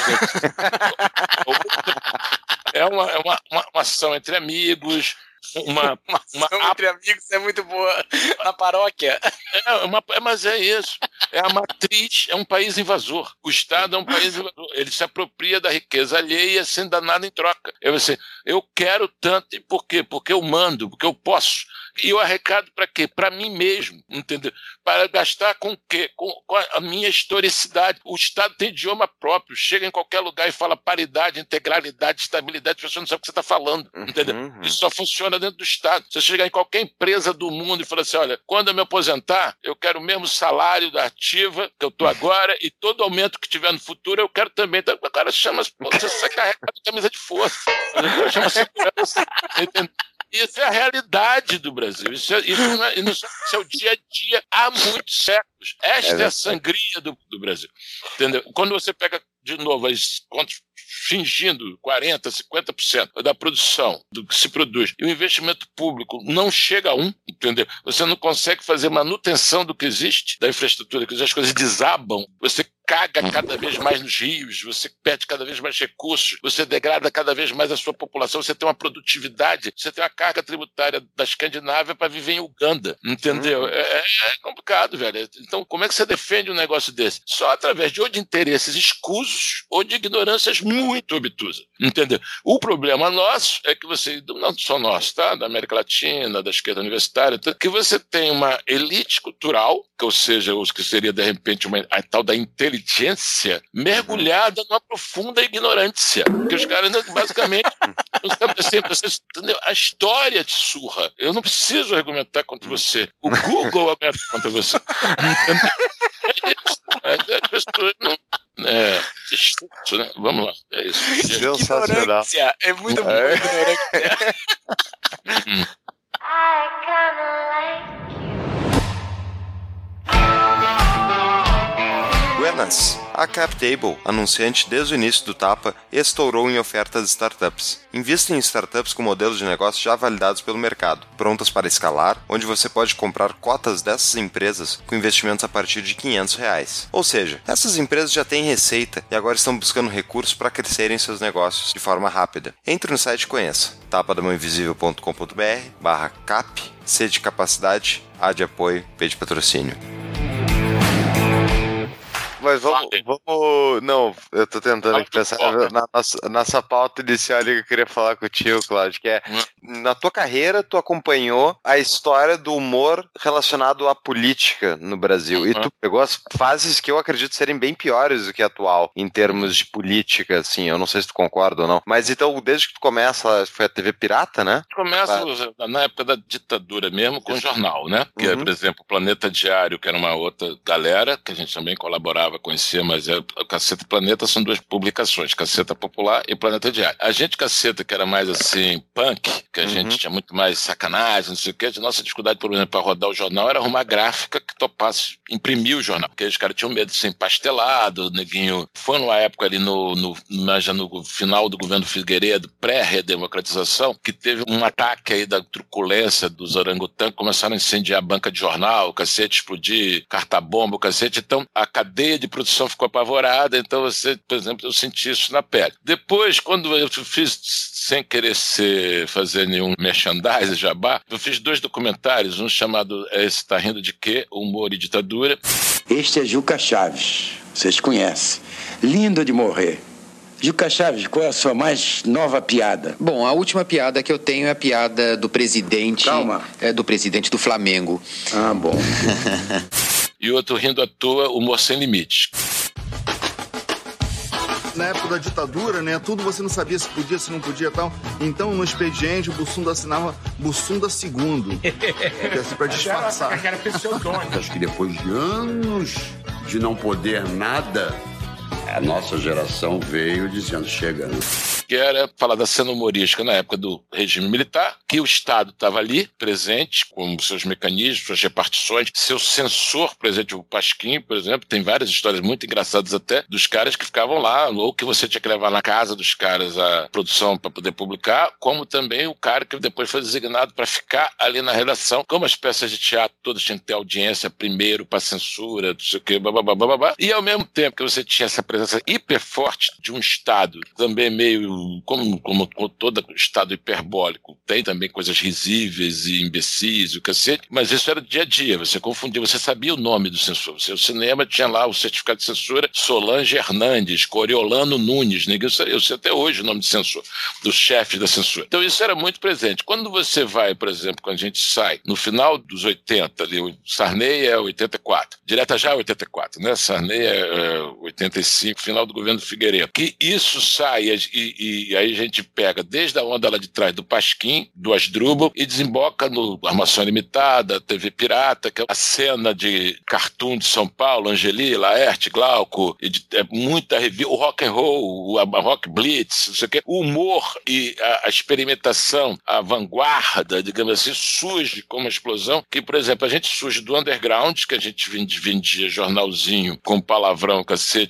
É uma, é uma, uma, uma ação entre amigos, uma, uma, uma ação uma, entre amigos é muito boa na paróquia. É, uma, mas é isso. É a matriz, é um país invasor. O Estado é um país invasor. Ele se apropria da riqueza alheia sem dar nada em troca. Eu, assim, eu quero tanto. E por quê? Porque eu mando, porque eu posso. E eu arrecado para quê? Para mim mesmo, entendeu? Para gastar com o quê? Com, com a minha historicidade. O Estado tem idioma próprio, chega em qualquer lugar e fala paridade, integralidade, estabilidade, a pessoa não sabe o que você está falando, entendeu? Uhum. Isso só funciona dentro do Estado. Você chegar em qualquer empresa do mundo e falar assim, olha, quando eu me aposentar, eu quero o mesmo salário da ativa que eu estou agora e todo aumento que tiver no futuro eu quero também. Então, o cara chama, você carrega a camisa de força, chama segurança, entendeu? Isso é a realidade do Brasil. Isso é, isso não é, isso é o dia a dia há muitos séculos. Esta é, é a sangria do, do Brasil. Entendeu? Quando você pega, de novo, as contas fingindo quarenta por cento, cinquenta por cento da produção, do que se produz, e o investimento público não chega a um, entendeu? Você não consegue fazer manutenção do que existe, da infraestrutura, que as coisas desabam, você caga cada vez mais nos rios, você perde cada vez mais recursos, você degrada cada vez mais a sua população, você tem uma produtividade, você tem uma carga tributária da Escandinávia para viver em Uganda, entendeu? Uhum. É, é complicado, velho. Então, como é que você defende um negócio desse? Só através de ou de interesses escusos ou de ignorâncias muito obtusas, entendeu? O problema nosso é que você, não só nosso, tá? Da América Latina, da esquerda universitária, que você tem uma elite cultural, que, ou seja, os que seria de repente uma, a tal da inteligência mergulhada numa profunda ignorância, que os caras basicamente entendeu? A história te surra. Eu não preciso argumentar contra você. O Google argumenta contra você. As pessoas não. É, isso, né? Vamos lá. É isso. Ignorância. É muito boa é. ignorância. hum. Buenas! A CapTable, anunciante desde o início do Tapa, estourou em ofertas de startups. Invista em startups com modelos de negócio já validados pelo mercado, prontas para escalar, onde você pode comprar cotas dessas empresas com investimentos a partir de quinhentos reais. Ou seja, essas empresas já têm receita e agora estão buscando recursos para crescerem seus negócios de forma rápida. Entre no site e conheça tapadamãoinvisível.com.br barra cap, C de capacidade, A de apoio, P de patrocínio. Mas vamos, vamos... Não, eu tô tentando aqui pensar na nossa, nossa pauta inicial que eu queria falar contigo, Cláudio, que é, na tua carreira, tu acompanhou a história do humor relacionado à política no Brasil, uhum. e tu pegou as fases que eu acredito serem bem piores do que a atual, em termos de política, assim, eu não sei se tu concorda ou não, mas então, desde que tu começa, foi a T V Pirata, né? Começa ah. na época da ditadura mesmo, com o jornal, né? Que uhum. é, por exemplo, o Planeta Diário, que era uma outra galera, que a gente também colaborava, conhecia, mas é, Caceta e Planeta são duas publicações, Caceta Popular e Planeta Diário. A gente, Caceta, que era mais assim, punk, que a uhum. gente tinha muito mais sacanagem, não sei o que, a nossa dificuldade, por exemplo, para rodar o jornal era arrumar gráfica que topasse, imprimir o jornal, porque os caras tinham medo de ser empastelado, o neguinho, foi numa época ali no, no, já no final do governo Figueiredo, pré-redemocratização, que teve um ataque aí da truculência dos orangotangos, começaram a incendiar a banca de jornal, o cacete explodir, carta-bomba, o cacete, então a cadeia de produção ficou apavorada, então você, por exemplo, eu senti isso na pele. Depois, quando eu fiz, sem querer ser, fazer nenhum merchandising, jabá, eu fiz dois documentários, um chamado Esse Tá Rindo de Quê? Humor e Ditadura. Este é Juca Chaves, vocês conhecem. Lindo de morrer. Juca Chaves, qual é a sua mais nova piada? Bom, a última piada que eu tenho é a piada do presidente... Calma. É, do presidente do Flamengo. Ah, bom. E outro rindo à toa, Humor Sem Limite. Na época da ditadura, né, tudo você não sabia se podia, se não podia e tal. Então, no expediente, o Bussunda assinava Bussunda segundo. Assim, pra disfarçar. Acho que depois de anos de não poder nada, a nossa geração veio dizendo, chega, né? Que era falar da cena humorística na época do regime militar, que o Estado estava ali, presente, com seus mecanismos, suas repartições, seu censor presente, o Pasquim, por exemplo, tem várias histórias muito engraçadas até, dos caras que ficavam lá, ou que você tinha que levar na casa dos caras a produção para poder publicar, como também o cara que depois foi designado para ficar ali na redação, como as peças de teatro todas tinham que ter audiência primeiro para censura, não sei o que, bababá, bababá, e ao mesmo tempo que você tinha essa presença hiper forte de um Estado também meio Como, como todo Estado hiperbólico, tem também coisas risíveis e imbecis, o cacete, mas isso era dia a dia, você confundia, você sabia o nome do censor, o cinema tinha lá o certificado de censura Solange Hernandes, Coriolano Nunes, ninguém, eu sei até hoje o nome de censor, dos chefes da censura. Então isso era muito presente. Quando você vai, por exemplo, quando a gente sai no final dos oitenta, ali, o Sarney é oitenta e quatro, Direta Já é oitenta e quatro, né? Sarney é oitenta e cinco, final do governo Figueiredo, que isso sai e, e E aí a gente pega desde a onda lá de trás do Pasquim, do Asdrubal, e desemboca no Armação Limitada, T V Pirata, que é a cena de cartoon de São Paulo, Angeli, Laerte, Glauco, e de, é muita revista, o rock and roll, a, a rock blitz, não sei o quê, o humor e a, a experimentação, a vanguarda, digamos assim, surge como uma explosão, que, por exemplo, a gente surge do underground, que a gente vendia jornalzinho com palavrão, cacete, fomos fazer um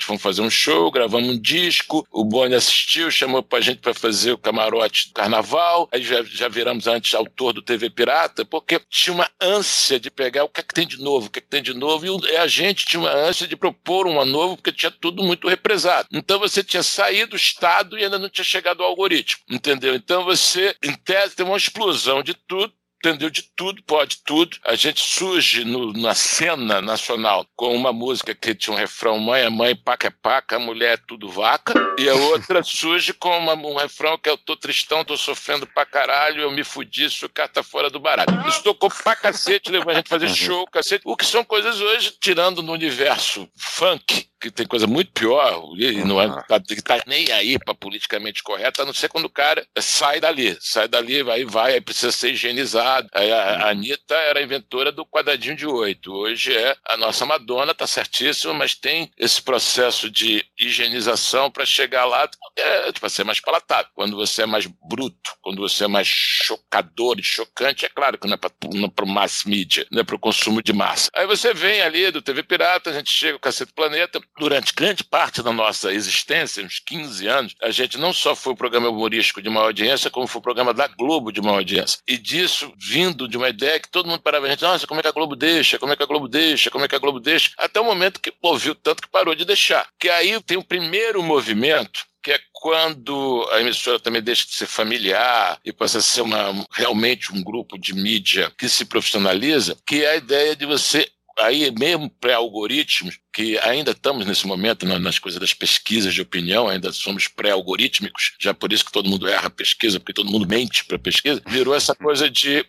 show, gravamos um disco, o Boni assistiu, chamou pra gente pra fazer o camarote do carnaval, aí já, já viramos antes autor do T V Pirata, porque tinha uma ânsia de pegar o que é que tem de novo, o que é que tem de novo, e a gente tinha uma ânsia de propor um novo, porque tinha tudo muito represado. Então você tinha saído do Estado e ainda não tinha chegado ao algoritmo, entendeu? Então você, em tese, tem uma explosão de tudo, entendeu? De tudo, pode tudo. A gente surge no, na cena nacional com uma música que tinha um refrão mãe é mãe, paca é paca, a mulher é tudo vaca, e a outra surge com uma, um refrão que eu tô tristão, tô sofrendo pra caralho, eu me fudi, se o cara tá fora do baralho. Isso tocou pra cacete, levou a gente fazer show, cacete. O que são coisas hoje, tirando no universo funk, que tem coisa muito pior, e não é, tá, tá nem aí pra politicamente correto, a não ser quando o cara sai dali, sai dali, vai, vai, aí precisa ser higienizado. Aí a, a Anitta era a inventora do quadradinho de oito, hoje é a nossa Madonna, tá certíssimo, mas tem esse processo de higienização para chegar lá, é, para ser mais palatável. Quando você é mais bruto, quando você é mais chocador e chocante, é claro que não é para o mass media, não é para o consumo de massa. Aí você vem ali do T V Pirata, a gente chega com o Cacete Planeta. Durante grande parte da nossa existência, uns quinze anos, a gente não só foi o programa humorístico de maior audiência, como foi o programa da Globo de maior audiência. E disso, vindo de uma ideia que todo mundo parava a gente, nossa, como é que a Globo deixa, como é que a Globo deixa, como é que a Globo deixa, até o momento que ouviu tanto que parou de deixar. Que aí tem o primeiro movimento, que é quando a emissora também deixa de ser familiar e passa a ser uma, realmente um grupo de mídia que se profissionaliza, que é a ideia de você, aí mesmo pré-algoritmos, que ainda estamos nesse momento nas coisas das pesquisas de opinião, ainda somos pré-algorítmicos, já por isso que todo mundo erra a pesquisa, porque todo mundo mente para a pesquisa, virou essa coisa de,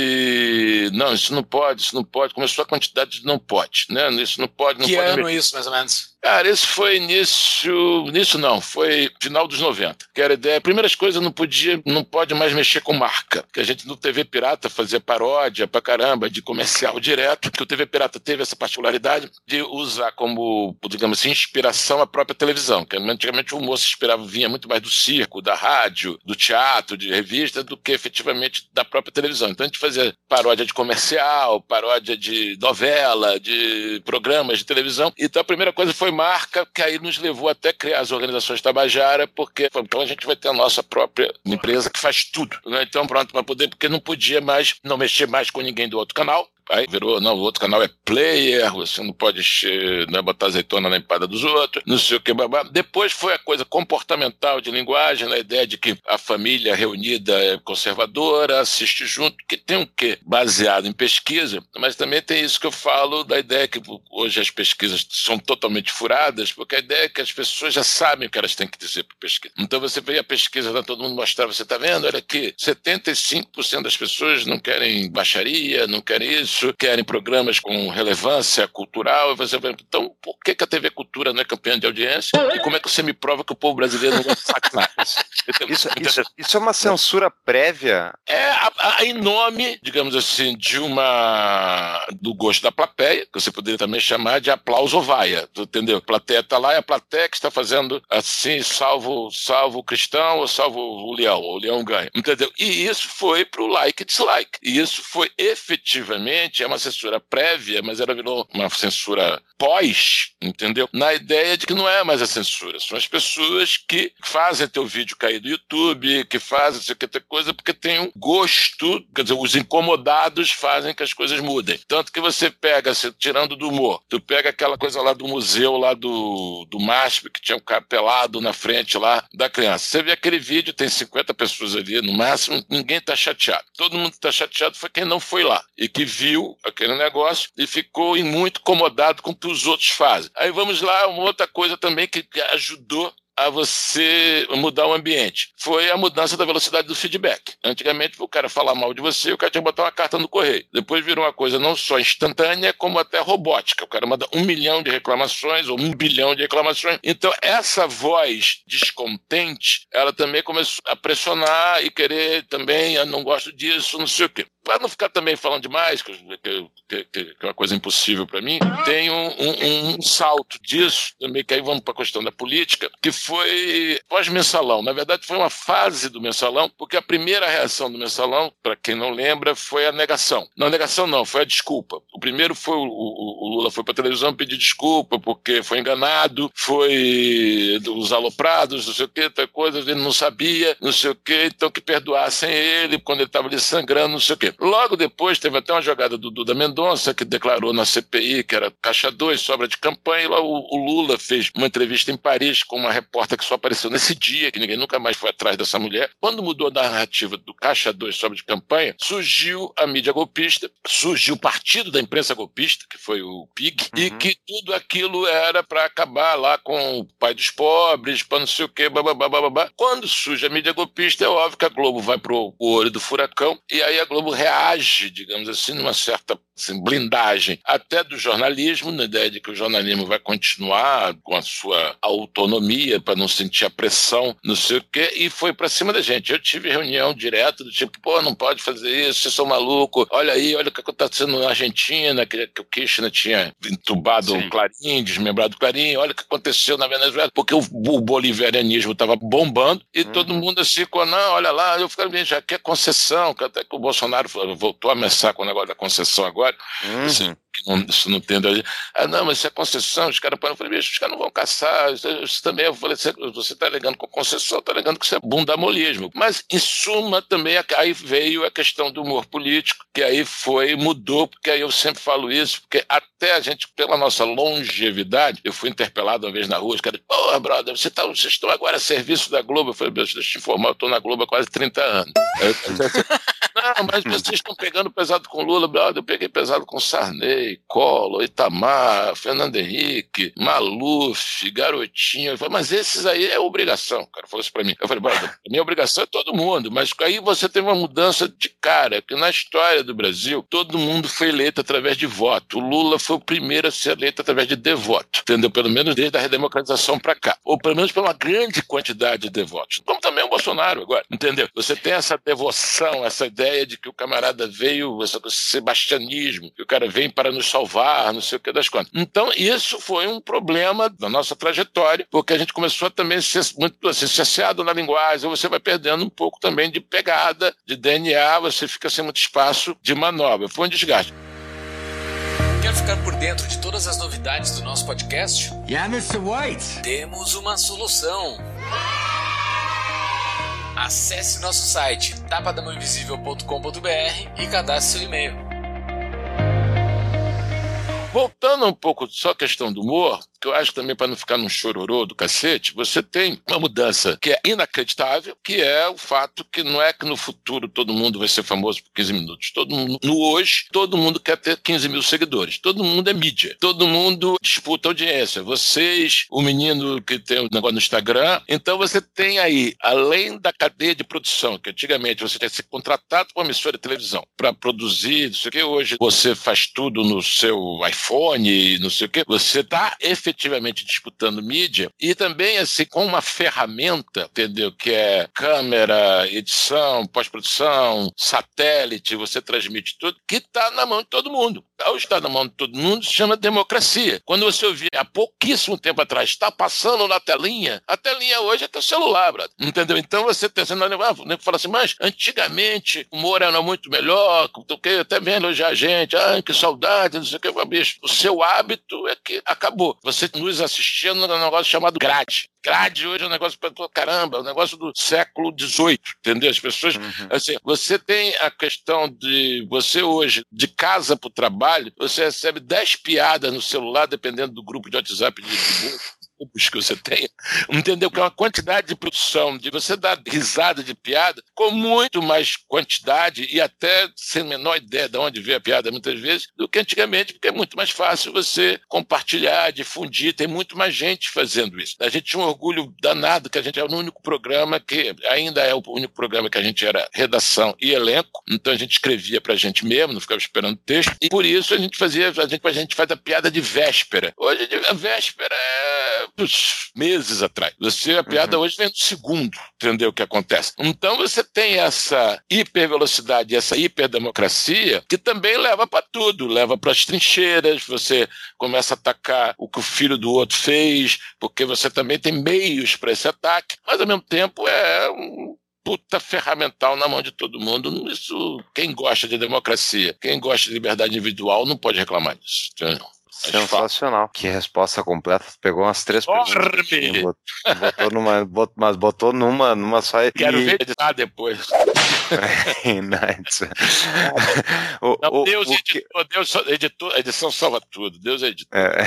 de não, isso não pode, isso não pode, começou a quantidade de não pode, né? Isso não pode, não que pode. Que ano isso, mais ou menos? Cara, isso foi início, início não, foi final dos noventa, que era a ideia, primeiras coisas, não podia, não pode mais mexer com marca, que a gente no T V Pirata fazia paródia pra caramba, de comercial direto, que o T V Pirata teve essa particularidade de usar como, digamos assim, inspiração a própria televisão, que antigamente o humor se inspirava, vinha muito mais do circo, da rádio, do teatro, de revista, do que efetivamente da própria televisão. Então a gente fazia paródia de comercial, paródia de novela, de programas de televisão. Então a primeira coisa foi marca, que aí nos levou até criar as organizações Tabajara, porque então a gente vai ter a nossa própria empresa que faz tudo, né? Então pronto, para poder, porque não podia mais, não mexer mais com ninguém do outro canal. Aí virou, não, o outro canal é player, você não pode encher, né, botar azeitona na empada dos outros, não sei o que, babá. Depois foi a coisa comportamental de linguagem, a ideia de que a família reunida é conservadora, assiste junto, que tem um quê? Baseado em pesquisa, mas também tem isso que eu falo da ideia que hoje as pesquisas são totalmente furadas, porque a ideia é que as pessoas já sabem o que elas têm que dizer para pesquisa. Então você vê a pesquisa, tá, todo mundo mostrar, você está vendo, olha aqui, setenta e cinco por cento das pessoas não querem baixaria, não querem isso, querem programas com relevância cultural. Você vai, então, por que, que a T V Cultura não é campeã de audiência? E como é que você me prova que o povo brasileiro não gosta de sacanagem? Isso, isso, isso é uma censura prévia? É, a, a, em nome, digamos assim, de uma... do gosto da plateia, que você poderia também chamar de aplauso ou vaia, entendeu? A plateia está lá, é a plateia que está fazendo assim, salvo, salvo o cristão ou salvo o leão, o leão ganha, entendeu? E isso foi pro like e dislike. E isso foi efetivamente é uma censura prévia, mas ela virou uma censura pós, entendeu? Na ideia de que não é mais a censura, são as pessoas que fazem teu vídeo cair do YouTube, que fazem isso aqui, outra coisa, porque tem um gosto, quer dizer, os incomodados fazem que as coisas mudem. Tanto que você pega, assim, tirando do humor, tu pega aquela coisa lá do museu, lá do, do M A S P, que tinha um cara pelado na frente lá da criança. Você vê aquele vídeo, tem cinquenta pessoas ali, no máximo, ninguém tá chateado. Todo mundo que tá chateado foi quem não foi lá e que viu aquele negócio e ficou muito incomodado com o que os outros fazem. Aí vamos lá, uma outra coisa também que ajudou a você mudar o ambiente. Foi a mudança da velocidade do feedback. Antigamente, para o cara falar mal de você, o cara tinha que botar uma carta no correio. Depois virou uma coisa não só instantânea, como até robótica. O cara manda um milhão de reclamações ou um bilhão de reclamações. Então, essa voz descontente, ela também começou a pressionar e querer também, eu não gosto disso, não sei o quê. para não ficar também falando demais, que, que, que, que é uma coisa impossível para mim, tem um, um, um salto disso, também que aí vamos para a questão da política, que foi pós-mensalão. Na verdade, foi uma fase do mensalão, porque a primeira reação do mensalão, para quem não lembra, foi a negação. Não, a negação não, foi a desculpa. O primeiro foi o, o, o Lula foi para a televisão pedir desculpa, porque foi enganado, foi os aloprados, não sei o que, tal coisa, ele não sabia, não sei o que, então que perdoassem ele quando ele estava ali sangrando, não sei o que. Logo depois teve até uma jogada do Duda Mendonça, que declarou na C P I que era caixa dois, sobra de campanha, e lá o, o Lula fez uma entrevista em Paris com uma repórter que só apareceu nesse dia, que ninguém nunca mais foi atrás dessa mulher. Quando mudou a narrativa do caixa dois, sobra de campanha, surgiu a mídia golpista, surgiu o partido da imprensa golpista, que foi o P I G, uhum. e que tudo aquilo era para acabar lá com o pai dos pobres, para não sei o que, bababá, bababá. Quando surge a mídia golpista, é óbvio que a Globo vai pro olho do furacão, e aí a Globo reage, digamos assim, numa certa assim, blindagem, até do jornalismo, na ideia de que o jornalismo vai continuar com a sua autonomia para não sentir a pressão, não sei o quê, e foi para cima da gente. Eu tive reunião direta do tipo, pô, não pode fazer isso, vocês são malucos, olha aí, olha o que está acontecendo na Argentina, que, que o Kirchner tinha entubado o Clarim, desmembrado o Clarim, olha o que aconteceu na Venezuela, porque o, o bolivarianismo estava bombando, e hum. todo mundo assim, não, olha lá, eu ficava, já quer concessão, até que o Bolsonaro voltou a ameaçar com o negócio da concessão agora, Uhum. assim, que não, isso não tem ali. Ah, não, mas isso é concessão, os caras param, eu falei, bicho, os caras não vão caçar, isso, isso também, eu falei, você está alegando com concessão, está alegando que isso é bundamolismo. Mas, em suma, também aí veio a questão do humor político, que aí foi, mudou, porque aí eu sempre falo isso, porque até a gente, pela nossa longevidade, eu fui interpelado uma vez na rua, os caras, porra, brother, você tá, vocês estão agora a serviço da Globo. Eu falei, deixa eu te informar, eu estou na Globo há quase trinta anos. Eu, eu, não, mas vocês estão pegando pesado com Lula, brother, eu peguei pesado com Sarney, Collor, Itamar, Fernando Henrique, Maluf, Garotinho. Eu falei, mas esses aí é obrigação, cara, falou isso pra mim. Eu falei, brother, a minha obrigação é todo mundo, mas aí você teve uma mudança de cara, que na história do Brasil, todo mundo foi eleito através de voto. O Lula foi o primeiro a ser eleito através de devoto, entendeu? Pelo menos desde a redemocratização pra cá. Ou pelo menos por uma grande quantidade de devotos. Como também o Bolsonaro agora, entendeu? Você tem essa devoção, essa ideia de que o camarada veio, esse sebastianismo, que o cara vem para nos salvar, não sei o que das contas. Então, isso foi um problema da nossa trajetória, porque a gente começou a também ser muito assim, cerceado na linguagem, você vai perdendo um pouco também de pegada, de D N A, você fica sem muito espaço de manobra. Foi um desgaste. Quer ficar por dentro de todas as novidades do nosso podcast? Yeah, mister White! Temos uma solução. Acesse nosso site tapa da mão invisível ponto com ponto b r e cadastre seu e-mail. Voltando um pouco só a questão do humor, que eu acho também para não ficar num chororô do cacete, você tem uma mudança que é inacreditável, que é o fato que não é que no futuro todo mundo vai ser famoso por quinze minutos. Todo mundo, no hoje, todo mundo quer ter quinze mil seguidores. Todo mundo é mídia. Todo mundo disputa audiência. Vocês, o menino que tem o negócio no Instagram. Então você tem aí, além da cadeia de produção, que antigamente você tinha que ser contratado por uma emissora de televisão para produzir, não sei o que, hoje você faz tudo no seu iPhone, não sei o que, você está efetivamente efetivamente disputando mídia e também assim com uma ferramenta, entendeu? Que é câmera, edição, pós-produção, satélite, você transmite tudo, que está na mão de todo mundo. Ao estar na mão de todo mundo, se chama democracia. Quando você ouvir há pouquíssimo tempo atrás, está passando na telinha, a telinha hoje é teu celular, brother. Entendeu? Então você tem assim, não fala assim, mas antigamente o humor era muito melhor, até vem elogiar a gente, ah, que saudade, não sei o que, bicho. O seu hábito é que acabou. Você nos assistindo num negócio chamado grade. Grade hoje é um negócio para caramba, é um negócio do século dezoito, entendeu? As pessoas, uhum. assim, você tem a questão de você hoje, de casa para o trabalho, você recebe dez piadas no celular, dependendo do grupo de WhatsApp de, de que você tem, entendeu? Que é uma quantidade de produção, de você dar risada de piada com muito mais quantidade e até sem a menor ideia de onde veio a piada muitas vezes, do que antigamente, porque é muito mais fácil você compartilhar, difundir, tem muito mais gente fazendo isso. A gente tinha um orgulho danado que a gente era o único programa que, ainda é o único programa que a gente era redação e elenco, então a gente escrevia pra gente mesmo, não ficava esperando texto, e por isso a gente fazia, a gente, a gente faz a piada de véspera. Hoje a véspera é muitos meses atrás. Você, a piada uhum. hoje vem no segundo, entendeu o que acontece? Então você tem essa hipervelocidade, essa hiperdemocracia, que também leva para tudo, leva para as trincheiras, você começa a atacar o que o filho do outro fez, porque você também tem meios para esse ataque, mas ao mesmo tempo é um puta ferramental na mão de todo mundo. Isso, quem gosta de democracia, quem gosta de liberdade individual não pode reclamar disso. Entendeu? Sensacional. Que resposta completa. Pegou umas três perguntas. Botou, botou numa, bot, mas botou numa, numa só. Quero e... ver editar depois. Nice. o, Não, o, Deus, o editor, que... Deus editor, a edição salva tudo. Deus editor. É.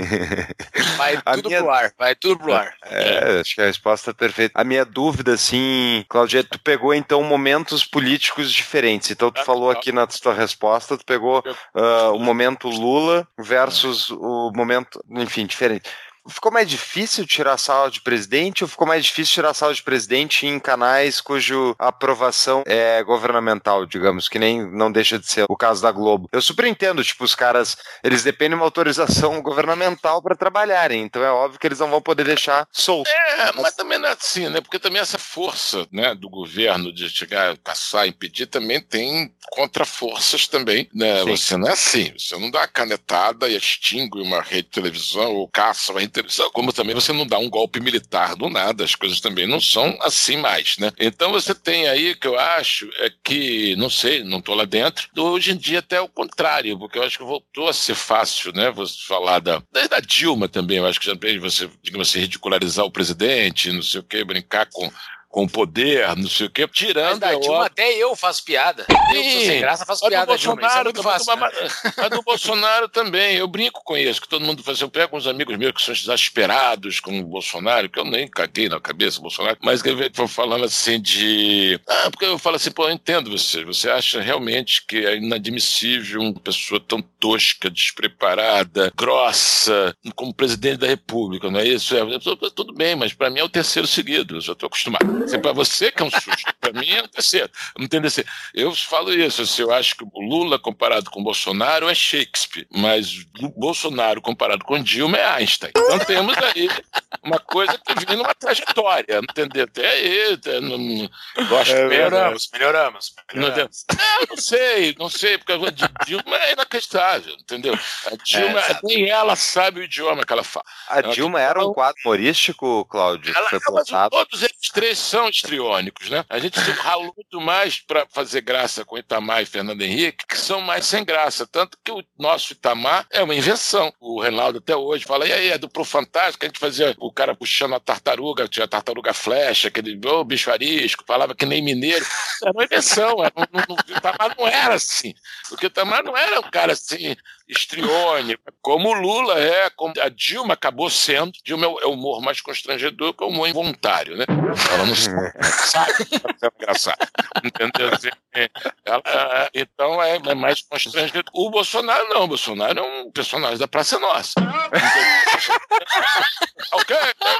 Vai tudo minha... pro ar. Vai tudo pro ar. É, é. Acho que a resposta é perfeita. A minha dúvida, assim, Claudia, tu pegou então momentos políticos diferentes. Então tu ah, falou aqui na tua resposta, tu pegou uh, o momento Lula versus o momento, enfim, diferente. Ficou mais difícil tirar sarro de presidente ou ficou mais difícil tirar sarro de presidente em canais cuja aprovação é governamental, digamos, que nem não deixa de ser o caso da Globo? Eu super entendo, tipo, os caras, eles dependem de uma autorização governamental para trabalharem, então é óbvio que eles não vão poder deixar solto. É, mas também não é assim, né? Porque também essa força, né, do governo de chegar, caçar, impedir, também tem contraforças também, né? Sim. Você não é assim, você não dá uma canetada e extingue uma rede de televisão ou caça uma rede de televisão, como também você não dá um golpe militar do nada, as coisas também não são assim mais, né? Então você tem aí, que eu acho, é que, não sei, não estou lá dentro, hoje em dia até o contrário, porque eu acho que voltou a ser fácil, né? Você falar da, desde a Dilma também, eu acho que já fez você, digamos assim, ridicularizar o presidente, não sei o que, brincar com com poder, não sei o quê, tirando... Mas da Dilma até eu faço piada. Sim, eu sou sem graça, faço piada, Dilma. Isso é muito fácil. A do Bolsonaro também, eu brinco com isso, que todo mundo faz. Eu pego uns amigos meus que são exasperados com o Bolsonaro, que eu nem caguei na cabeça do Bolsonaro, mas que estão falando assim de... Ah, porque eu falo assim, pô, eu entendo você, você acha realmente que é inadmissível uma pessoa tão tosca, despreparada, grossa, como presidente da República, não é isso? É, tudo bem, mas para mim é o terceiro seguido, eu já estou acostumado. Para você que é um susto, para mim é um terceiro. Não tem terceiro. Eu falo isso, assim, eu acho que o Lula comparado com o Bolsonaro é Shakespeare, mas o Bolsonaro comparado com Dilma é Einstein. Então temos aí uma coisa que vem numa trajetória, entendeu? Até aí, até no, no, é, melhoramos, melhoramos. melhoramos. Não, é, não sei, não sei, porque a de Dilma é inacreditável, entendeu? A Dilma, é, nem ela sabe o idioma que ela fala. A ela Dilma era um quadro humorístico, Cláudio? Ela, foi plantado. Todos eles três são histriônicos, né? A gente ralou muito mais para fazer graça com Itamar e Fernando Henrique, que são mais sem graça, tanto que o nosso Itamar é uma invenção. O Reinaldo até hoje fala, e aí, é do Pro Fantástico, a gente fazia o cara puxando a tartaruga, tinha a tartaruga flecha, aquele oh, bicho arisco, falava que nem mineiro. Era uma invenção, era, não, não, o Itamar não era assim. Porque o Itamar não era um cara assim, histriônico, como o Lula é, como a Dilma acabou sendo. Dilma é o humor mais constrangedor que o humor involuntário, né? Ela não sabe é engraçado, entendeu? Ela, então é, é mais constrangedor. O Bolsonaro não, o Bolsonaro é um personagem da Praça Nossa. Ok?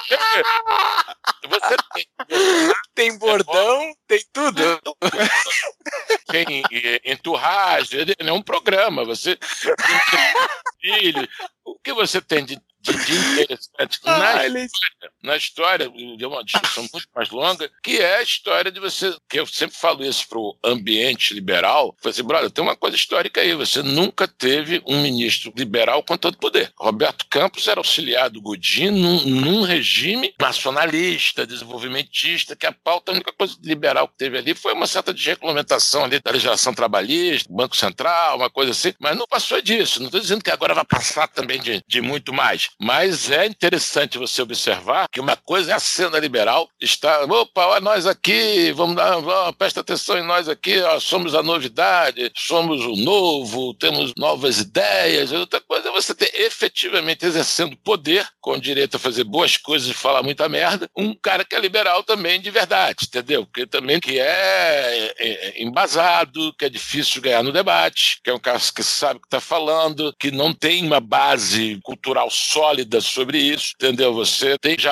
Você tem, tem bordão, tem tudo. Tem enturragem, ele é um programa. Você tem filho. O que você tem de de, de interessante ah, na, ele... história, na história, de uma discussão muito mais longa, que é a história de você, que eu sempre falo isso pro ambiente liberal, falei assim, brother, tem uma coisa histórica aí, você nunca teve um ministro liberal com todo poder. Roberto Campos era auxiliar do Godinho num, num regime nacionalista, desenvolvimentista, que a pauta, a única coisa liberal que teve ali foi uma certa desregulamentação ali da legislação trabalhista, Banco Central, uma coisa assim, mas não passou disso. Não estou dizendo que agora vai passar também de, de muito mais. Mas é interessante você observar que uma coisa é a cena liberal, está, opa, ó, nós aqui, vamos dar, ó, presta atenção em nós aqui, ó, somos a novidade, somos o novo, temos novas ideias. Outra coisa é você ter efetivamente exercendo poder, com direito a fazer boas coisas e falar muita merda, um cara que é liberal também de verdade, entendeu? Porque também que é, é embasado, que é difícil ganhar no debate, que é um cara que sabe o que está falando, que não tem uma base cultural sólida sobre isso, entendeu? Você tem já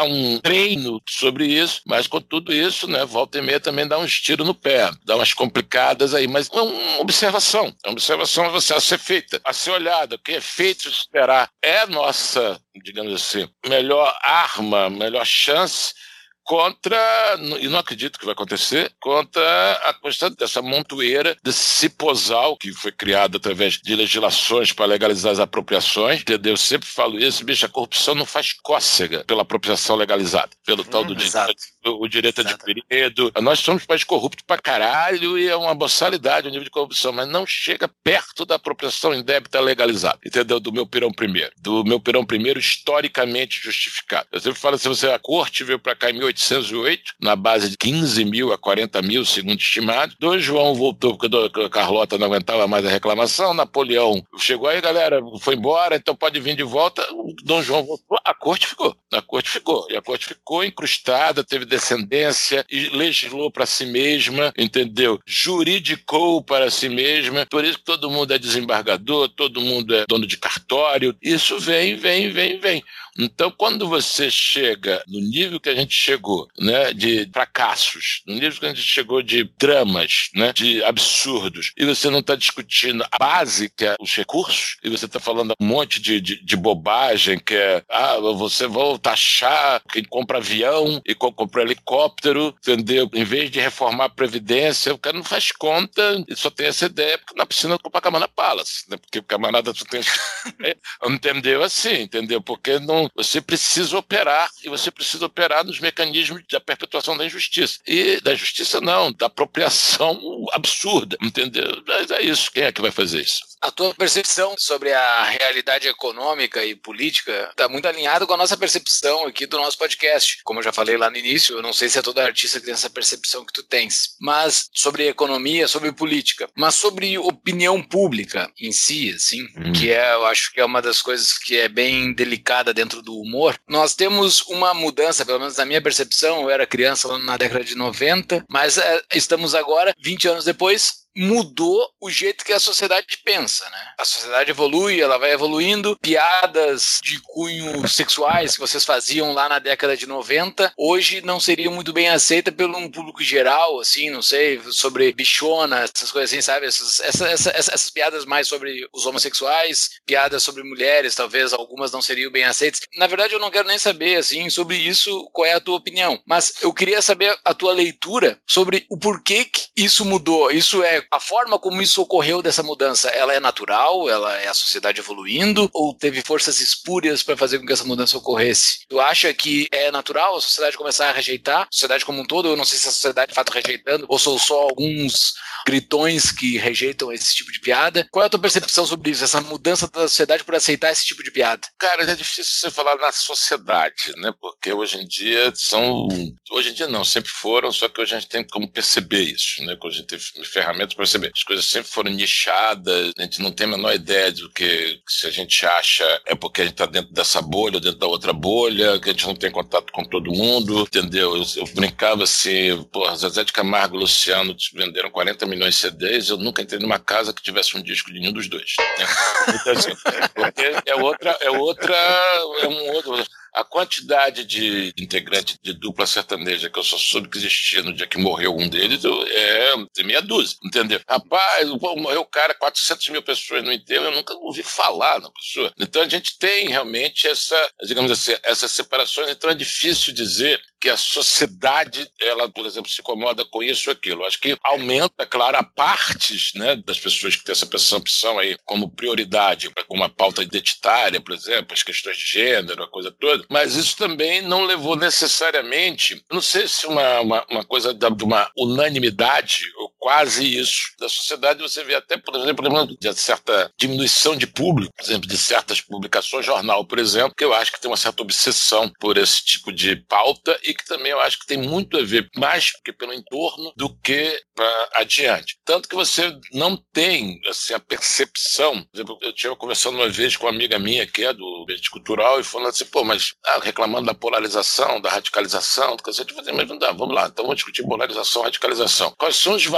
um treino sobre isso, mas com tudo isso, né, volta e meia também dá uns tiros no pé, dá umas complicadas aí, mas é uma observação, é uma observação a você a ser feita, a ser olhada, o que é feito esperar é a nossa, digamos assim, melhor arma, melhor chance contra, e não acredito que vai acontecer, contra a questão dessa montoeira, desse ciposal que foi criado através de legislações para legalizar as apropriações, entendeu? Eu sempre falo isso, bicho, a corrupção não faz cócega pela apropriação legalizada, pelo hum, tal do direito, o direito adquirido. Nós somos um país corrupto pra caralho e é uma boçalidade o nível de corrupção, mas não chega perto da apropriação indébita legalizada, entendeu? Do meu pirão primeiro, do meu pirão primeiro historicamente justificado. Eu sempre falo assim, você, a corte veio pra cá em mil oitocentos e oito, na base de quinze mil a quarenta mil, segundo estimado. Dom João voltou porque a Carlota não aguentava mais a reclamação, Napoleão chegou aí, galera, foi embora, então pode vir de volta. O Dom João voltou, a corte ficou, a corte ficou, e a corte ficou incrustada, teve descendência, e legislou para si mesma, entendeu? Juridicou para si mesma, por isso que todo mundo é desembargador, todo mundo é dono de cartório, isso vem, vem, vem, vem. Então, quando você chega no nível que a gente chegou, né, de fracassos, no nível que a gente chegou de dramas, né, de absurdos, e você não está discutindo a base, que é os recursos, e você está falando um monte de, de, de bobagem, que é, ah, você vai taxar quem compra avião e quem compra helicóptero, entendeu? Em vez de reformar a Previdência, o cara não faz conta e só tem essa ideia porque na piscina do Copacabana Palace, né, porque o camarada só tem... entendeu? Assim, entendeu? Porque não você precisa operar, e você precisa operar nos mecanismos da perpetuação da injustiça. E da justiça não, da apropriação absurda, entendeu? Mas é isso, quem é que vai fazer isso? A tua percepção sobre a realidade econômica e política está muito alinhada com a nossa percepção aqui do nosso podcast. Como eu já falei lá no início, eu não sei se é todo artista que tem essa percepção que tu tens, mas sobre economia, sobre política, mas sobre opinião pública em si, assim, hum. que é, eu acho que é uma das coisas que é bem delicada dentro do humor. Nós temos uma mudança, pelo menos na minha percepção, eu era criança lá na década de noventa, mas é, estamos agora, vinte anos depois, mudou o jeito que a sociedade pensa, né? A sociedade evolui, ela vai evoluindo. Piadas de cunho sexuais que vocês faziam lá na década de noventa, hoje não seriam muito bem aceitas pelo um público geral, assim, não sei, sobre bichona, essas coisas assim, sabe? Essas, essa, essa, essas piadas mais sobre os homossexuais, piadas sobre mulheres, talvez algumas não seriam bem aceitas. Na verdade, eu não quero nem saber, assim, sobre isso, qual é a tua opinião. Mas eu queria saber a tua leitura sobre o porquê que isso mudou. Isso é a forma como isso ocorreu dessa mudança, ela é natural? Ela é a sociedade evoluindo? Ou teve forças espúrias para fazer com que essa mudança ocorresse? Tu acha que é natural a sociedade começar a rejeitar? A sociedade como um todo? Eu não sei se a sociedade de fato rejeitando, ou são só alguns gritões que rejeitam esse tipo de piada. Qual é a tua percepção sobre isso? Essa mudança da sociedade por aceitar esse tipo de piada? Cara, é difícil você falar na sociedade, né? Porque hoje em dia são... Hoje em dia não, sempre foram, só que hoje a gente tem como perceber isso, né? Hoje a gente tem ferramentas para perceber. As coisas sempre foram nichadas, a gente não tem a menor ideia do que, se a gente acha é porque a gente está dentro dessa bolha ou dentro da outra bolha, que a gente não tem contato com todo mundo, entendeu? Eu, eu brincava assim, porra, Zezé de Camargo e Luciano venderam quarenta milhões de C Ds, eu nunca entrei numa casa que tivesse um disco de nenhum dos dois. Né? Então, assim, porque é outra, é outra, é um outro... A quantidade de integrantes de dupla sertaneja que eu só soube que existia no dia que morreu um deles é meia dúzia, entendeu? Rapaz, morreu o cara, quatrocentas mil pessoas no enterro, eu nunca ouvi falar na pessoa. Então a gente tem realmente essa, digamos assim, essas separações, então é difícil dizer que a sociedade, ela, por exemplo, se incomoda com isso ou aquilo. Acho que aumenta, claro, a partes, né, das pessoas que têm essa percepção aí como prioridade, como uma pauta identitária, por exemplo, as questões de gênero, a coisa toda, mas isso também não levou necessariamente, não sei se uma, uma, uma coisa de uma unanimidade, ou quase isso, da sociedade. Você vê até, por exemplo, de certa diminuição de público, por exemplo, de certas publicações, jornal, por exemplo, que eu acho que tem uma certa obsessão por esse tipo de pauta e que também eu acho que tem muito a ver mais que pelo entorno do que para adiante. Tanto que você não tem assim, a percepção. Por exemplo, eu tinha conversando uma vez com uma amiga minha que é do ambiente cultural e falando assim, pô, mas ah, reclamando da polarização, da radicalização, do que eu falei, mas não dá, vamos lá, então vamos discutir polarização, radicalização. Quais são os valores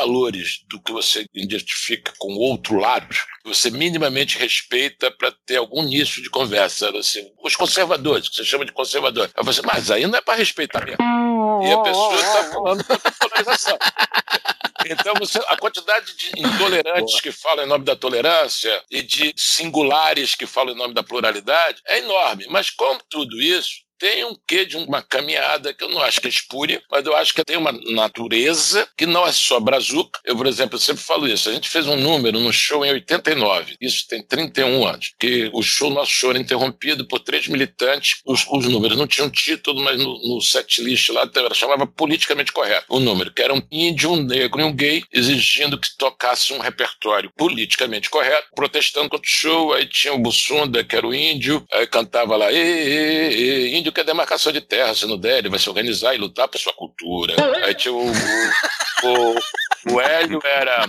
valores do que você identifica com o outro lado, você minimamente respeita para ter algum nicho de conversa. Assim, os conservadores, que você chama de conservadores. Aí você, mas aí não é para respeitar mesmo. E a pessoa está falando de polarização. Então, você, a quantidade de intolerantes Boa. que falam em nome da tolerância e de singulares que falam em nome da pluralidade é enorme. Mas com tudo isso, tem um quê de uma caminhada que eu não acho que é espúria, mas eu acho que tem uma natureza que não é só brazuca. Eu, por exemplo, eu sempre falo isso. A gente fez um número no show em oitenta e nove, isso tem trinta e um anos, que o show, nosso show era interrompido por três militantes. Os, os números não tinham título, mas no, no set list lá chamava politicamente correto o número, que era um índio, um negro e um gay, exigindo que tocasse um repertório politicamente correto, protestando contra o show. Aí tinha o Bussunda, que era o índio, aí cantava lá, ê, ê, ê, índio que é demarcação de terra, se não der, ele vai se organizar e lutar por sua cultura. Aí tinha o, o, o, o Hélio era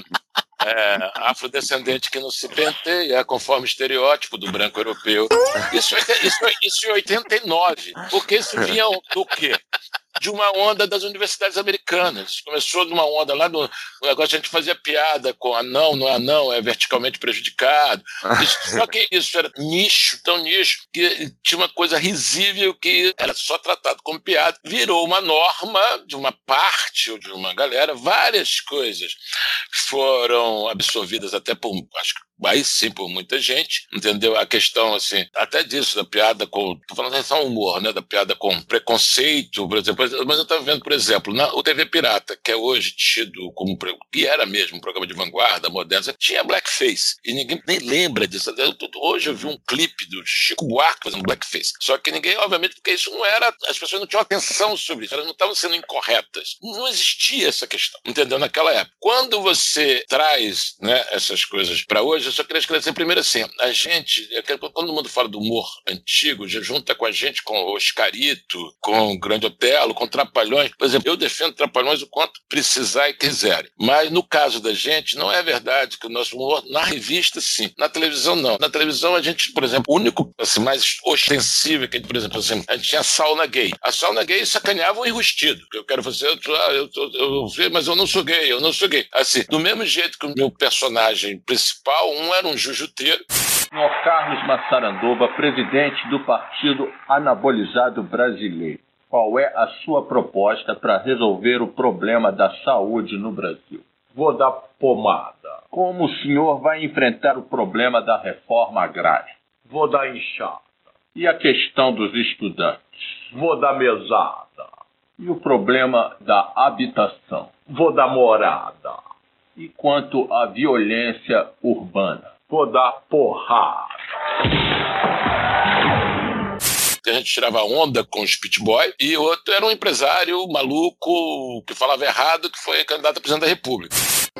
é, afrodescendente que não se penteia, conforme o estereótipo do branco europeu. Isso, isso, isso em oitenta e nove, porque isso vinha do quê? De uma onda das universidades americanas. Começou de uma onda lá no, no negócio, a gente fazia piada com anão, não é anão, é verticalmente prejudicado. Isso, só que isso era nicho, tão nicho, que tinha uma coisa risível que era só tratado como piada. Virou uma norma de uma parte ou de uma galera. Várias coisas foram absorvidas até por, acho que aí sim, por muita gente, entendeu? A questão, assim, até disso, da piada com... Tô falando em relação ao humor, né? Da piada com preconceito, por exemplo. Mas eu estava vendo, por exemplo, na, o T V Pirata, que é hoje tido como... que era mesmo um programa de vanguarda, moderna, tinha blackface. E ninguém nem lembra disso. Eu, hoje eu vi um clipe do Chico Buarque fazendo blackface. Só que ninguém, obviamente, porque isso não era... As pessoas não tinham atenção sobre isso. Elas não estavam sendo incorretas. Não existia essa questão, entendeu? Naquela época. Quando você traz, né, essas coisas para hoje, eu só queria esclarecer primeiro assim, a gente, quando todo mundo fala do humor antigo, já junta com a gente com o Oscarito, com o Grande Otelo, com Trapalhões. Por exemplo, eu defendo Trapalhões o quanto precisar e quiserem. Mas no caso da gente, não é verdade que o nosso humor, na revista sim, na televisão não. Na televisão a gente, por exemplo, o único assim, mais ostensivo que, por exemplo, assim, a gente tinha a sauna gay. A sauna gay sacaneava o enrustido. Eu quero fazer, eu, eu, eu, eu, eu, mas eu não sou gay, eu não sou gay. Assim, do mesmo jeito que o meu personagem principal, um era um jujuteiro. Senhor Carlos Massaranduba, presidente do Partido Anabolizado Brasileiro. Qual é a sua proposta para resolver o problema da saúde no Brasil? Vou dar pomada. Como o senhor vai enfrentar o problema da reforma agrária? Vou dar enxada. E a questão dos estudantes? Vou dar mesada. E o problema da habitação? Vou dar morada. E quanto à violência urbana? Vou dar porrada. A gente tirava onda com os pit boy e outro era um empresário maluco que falava errado, que foi candidato a presidente da República.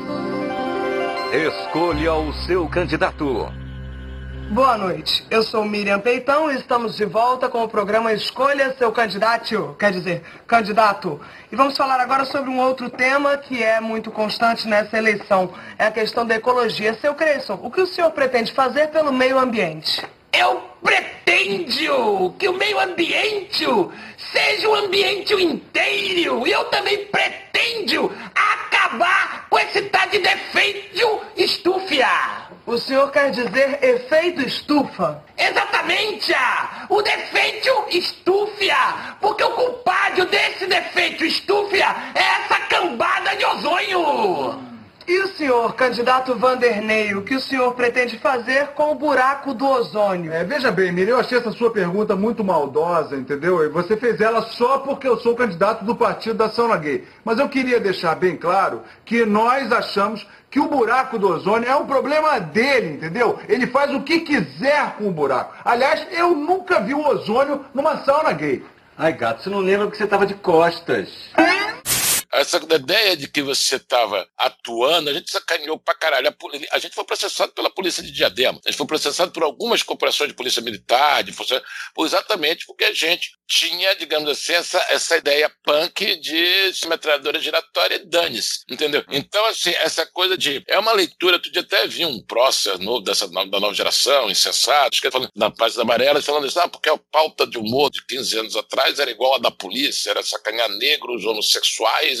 Escolha o seu candidato. Boa noite, eu sou Miriam Peitão e estamos de volta com o programa Escolha Seu Candidato, quer dizer, candidato. E vamos falar agora sobre um outro tema que é muito constante nessa eleição, é a questão da ecologia. Seu Creyson, o que o senhor pretende fazer pelo meio ambiente? Eu pretendo que o meio ambiente seja um ambiente inteiro, e eu também pretendo acabar com esse tal de defeito estufa. O senhor quer dizer efeito estufa? Exatamente! O defeito estufa! Porque o culpado desse defeito estufa é essa cambada de ozônio! E o senhor, candidato Vanderlei, o que o senhor pretende fazer com o buraco do ozônio? É, veja bem, Miriam, eu achei essa sua pergunta muito maldosa, entendeu? E você fez ela só porque eu sou candidato do Partido da Sauna Gay. Mas eu queria deixar bem claro que nós achamos que o buraco do ozônio é um problema dele, entendeu? Ele faz o que quiser com o buraco. Aliás, eu nunca vi o ozônio numa sauna gay. Ai, gato, você não lembra que você estava de costas. Essa ideia de que você estava atuando, a gente sacaneou pra caralho. A, a gente foi processado pela polícia de Diadema. A gente foi processado por algumas corporações de polícia militar, de força, exatamente porque a gente tinha, digamos assim, essa, essa ideia punk de metralhadora giratória e dane-se, entendeu? Então, assim, essa coisa de... É uma leitura, tu até vi um prócer novo dessa, da nova geração, insensatos, que falando na página amarela, falando isso, ah, porque a pauta de humor de quinze anos atrás era igual a da polícia, era sacanear negros, homossexuais,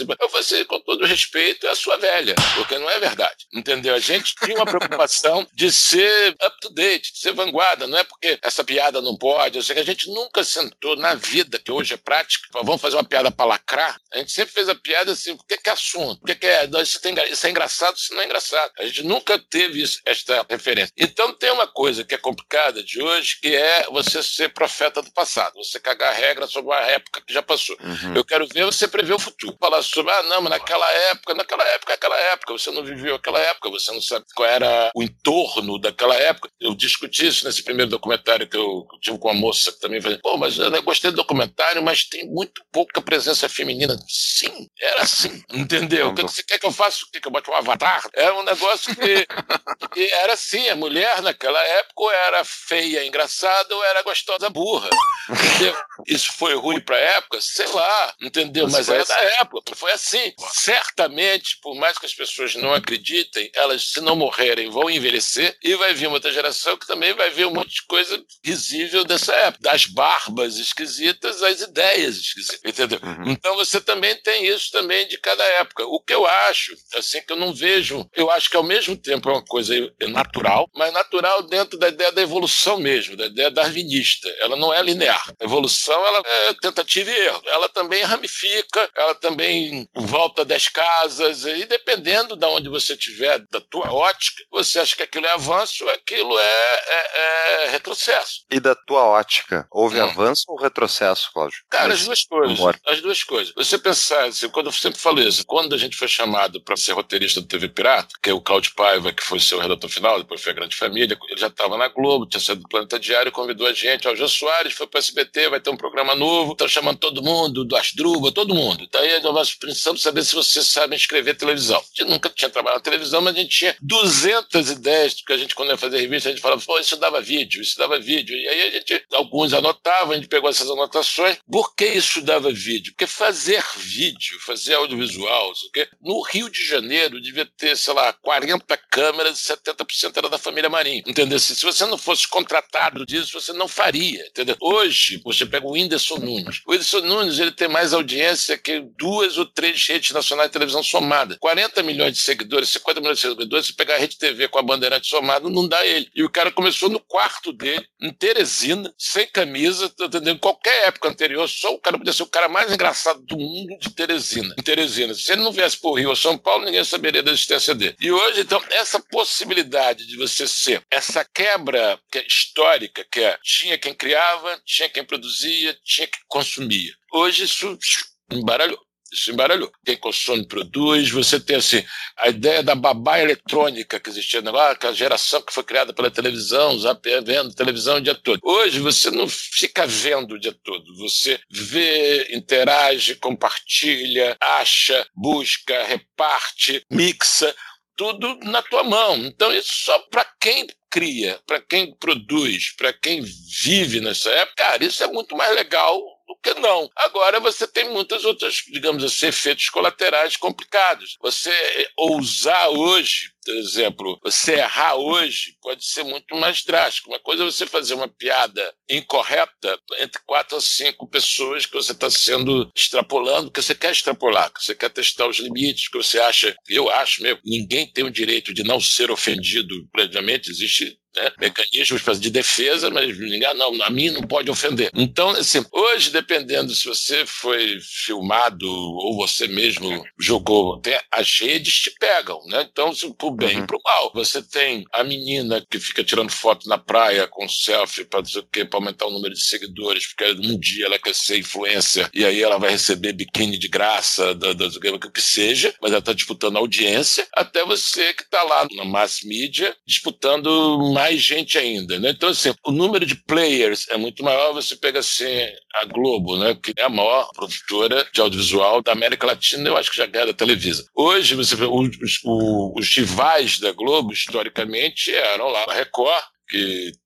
Eu falei assim, com todo respeito, é a sua velha, porque não é verdade, entendeu? A gente tinha uma preocupação de ser up-to-date, de ser vanguarda, não é porque essa piada não pode, eu sei que a gente nunca sentou na vida, que hoje é prática, vamos fazer uma piada para lacrar, a gente sempre fez a piada assim, o que é assunto, o que é, isso, tem, isso é engraçado, isso não é engraçado, a gente nunca teve isso, esta referência. Então tem uma coisa que é complicada de hoje, que é você ser profeta do passado, você cagar regra sobre uma época que já passou. Uhum. Eu quero ver você prever o futuro, falar sobre, ah não, mas naquela época, naquela época, naquela época, você não viveu aquela época, você não sabe qual era o entorno daquela época. Eu discuti isso nesse primeiro documentário que eu tive com a moça que também falei, pô, mas eu gostei do documentário, mas tem muito pouca presença feminina. Sim, era assim, entendeu? O que você quer que eu faça? O que, que eu bote um avatar? É um negócio que, que era assim, a mulher naquela época ou era feia, engraçada, ou era gostosa, burra. Entendeu? Isso foi ruim pra época? Sei lá, entendeu? Mas era da época, foi assim. Certamente, por mais que as pessoas não acreditem, elas, se não morrerem, vão envelhecer e vai vir uma outra geração que também vai ver um monte de coisa risível dessa época. Das barbas esquisitas às ideias esquisitas, entendeu? Uhum. Então você também tem isso também de cada época. O que eu acho, assim, que eu não vejo, eu acho que ao mesmo tempo é uma coisa natural, mas natural dentro da ideia da evolução mesmo, da ideia darwinista. Ela não é linear. A evolução, ela é tentativa e erro. Ela também ramifica, ela também volta das casas, e dependendo de onde você estiver, da tua ótica, você acha que aquilo é avanço, aquilo é, é, é retrocesso. E da tua ótica, houve hum. avanço ou retrocesso, Cláudio? Cara, Mas, as duas coisas. As duas coisas. Você pensar, assim, quando eu sempre falei isso, quando a gente foi chamado para ser roteirista do T V Pirata, que é o Cláudio Paiva, que foi seu redator final, depois foi a Grande Família, ele já estava na Globo, tinha saído do Planeta Diário, convidou a gente, ó, o Jô Soares foi para o S B T, vai ter um programa novo, estão chamando todo mundo, do Asdrubal, todo mundo. Então aí nós precisamos saber se vocês sabem escrever televisão. A gente nunca tinha trabalhado na televisão, mas a gente tinha duzentas ideias, porque a gente, quando ia fazer revista, a gente falava, pô, isso dava vídeo, isso dava vídeo. E aí a gente, alguns anotavam, a gente pegou essas anotações. Por que isso dava vídeo? Porque fazer vídeo, fazer audiovisual, isso aqui, no Rio de Janeiro devia ter, sei lá, quarenta câmeras e setenta por cento era da família Marinho. Entendeu? Se, se você não fosse contratado disso, você não faria. Entendeu? Hoje, você pega o Whindersson Nunes. O Whindersson Nunes, ele tem mais audiência que duas ou três redes nacionais de televisão somadas. quarenta milhões de seguidores, cinquenta milhões de seguidores, se pegar a Rede T V com a Bandeirante somada, não dá ele. E o cara começou no quarto dele, em Teresina, sem camisa, tá entendendo? Em qualquer época anterior, só o cara podia ser o cara mais engraçado do mundo de Teresina. Em Teresina. Se ele não viesse por Rio ou São Paulo, ninguém saberia da existência dele. E hoje, então, essa possibilidade de você ser essa quebra que é histórica, que é tinha quem criava, tinha quem produzia, tinha quem consumia. Hoje isso embaralhou. Isso embaralhou. Quem consome produz, você tem assim, a ideia da babá eletrônica que existia, né? Ah, aquela geração que foi criada pela televisão, vendo televisão o dia todo. Hoje você não fica vendo o dia todo, você vê, interage, compartilha, acha, busca, reparte, mixa, tudo na tua mão. Então isso só para quem cria, para quem produz, para quem vive nessa época, cara, isso é muito mais legal do que não. Agora você tem muitas outras, digamos assim, efeitos colaterais complicados. Você ousar hoje, por exemplo, você errar hoje pode ser muito mais drástico. Uma coisa é você fazer uma piada incorreta entre quatro ou cinco pessoas que você está sendo extrapolando, que você quer extrapolar, que você quer testar os limites, que você acha, eu acho mesmo, ninguém tem o direito de não ser ofendido previamente, existe né, mecanismos de defesa, mas ninguém, não, a mim não pode ofender. Então, assim, hoje, dependendo se você foi filmado ou você mesmo jogou, tem, as redes te pegam, né? Então, se, pro bem uhum. e pro mal. Você tem a menina que fica tirando foto na praia com selfie para aumentar o número de seguidores, porque um dia ela quer ser influencer e aí ela vai receber biquíni de graça, do, do, do, do que seja, mas ela está disputando audiência, até você que está lá na mass media disputando mais gente ainda, né? Então, assim, o número de players é muito maior. Você pega, assim, a Globo, né? Que é a maior produtora de audiovisual da América Latina, eu acho que já ganha da Televisa. Hoje, você vê, os, os, os rivais da Globo, historicamente, eram lá a Record, que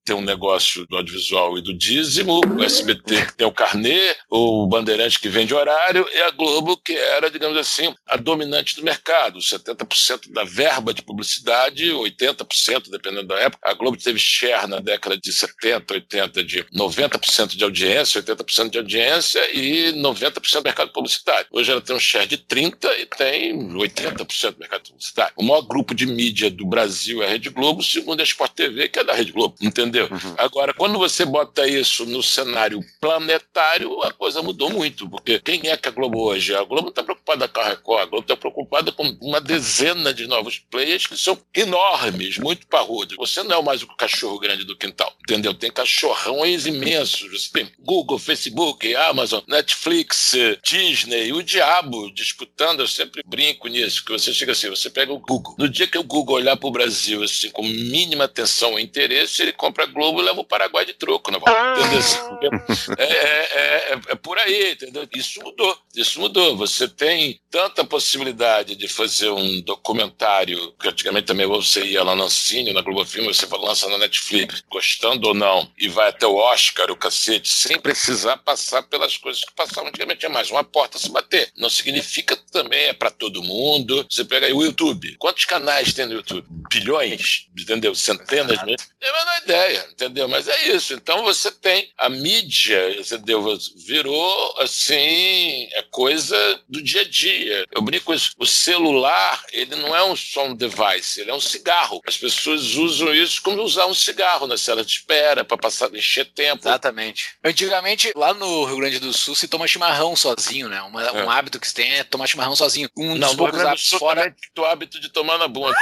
tem um negócio do audiovisual e do dízimo, o S B T que tem o carnê, o Bandeirante que vende horário, e a Globo que era, digamos assim, a dominante do mercado, setenta por cento da verba de publicidade, oitenta por cento, dependendo da época. A Globo teve share na década de setenta, oitenta, de noventa por cento de audiência, oitenta por cento de audiência e noventa por cento do mercado publicitário. Hoje ela tem um share de trinta por cento e tem oitenta por cento do mercado publicitário. O maior grupo de mídia do Brasil é a Rede Globo, segundo a Sport T V, que é da Rede Globo, entendeu? Uhum. Agora, quando você bota isso no cenário planetário, a coisa mudou muito, porque quem é que a Globo hoje? A Globo não está preocupada com a Record, a Globo está preocupada com uma dezena de novos players que são enormes, muito parrudos. Você não é mais o cachorro grande do quintal, entendeu? Tem cachorrões imensos, você tem Google, Facebook, Amazon, Netflix, Disney, o diabo disputando. Eu sempre brinco nisso, que você chega assim, você pega o Google. No dia que o Google olhar para o Brasil assim, com mínima atenção e interesse, ele compra a Globo e leva o Paraguai de troco, não entendeu? É, é, é, é por aí, entendeu? Isso mudou, isso mudou. Você tem tanta possibilidade de fazer um documentário, que antigamente também você ia lá no Ancine, na Globo Filme, você lança na Netflix, gostando ou não, e vai até o Oscar, o cacete, sem precisar passar pelas coisas que passavam antigamente. É mais uma porta a se bater. Não significa que também é para todo mundo. Você pega aí o YouTube. Quantos canais tem no YouTube? Bilhões, entendeu? Centenas, né? É a menor ideia, entendeu? Mas é isso. Então você tem a mídia, entendeu? Virou, assim, é coisa do dia a dia. Eu brinco com isso. O celular, ele não é um, só um device, ele é um cigarro. As pessoas usam isso como usar um cigarro na sala de espera, para passar, encher tempo. Exatamente. Antigamente, lá no Rio Grande do Sul, se toma chimarrão sozinho, né? Uma, é. Um hábito que se tem é tomar chimarrão sozinho. Um não, dos poucos hábitos fora... o hábito de tomar na bunda.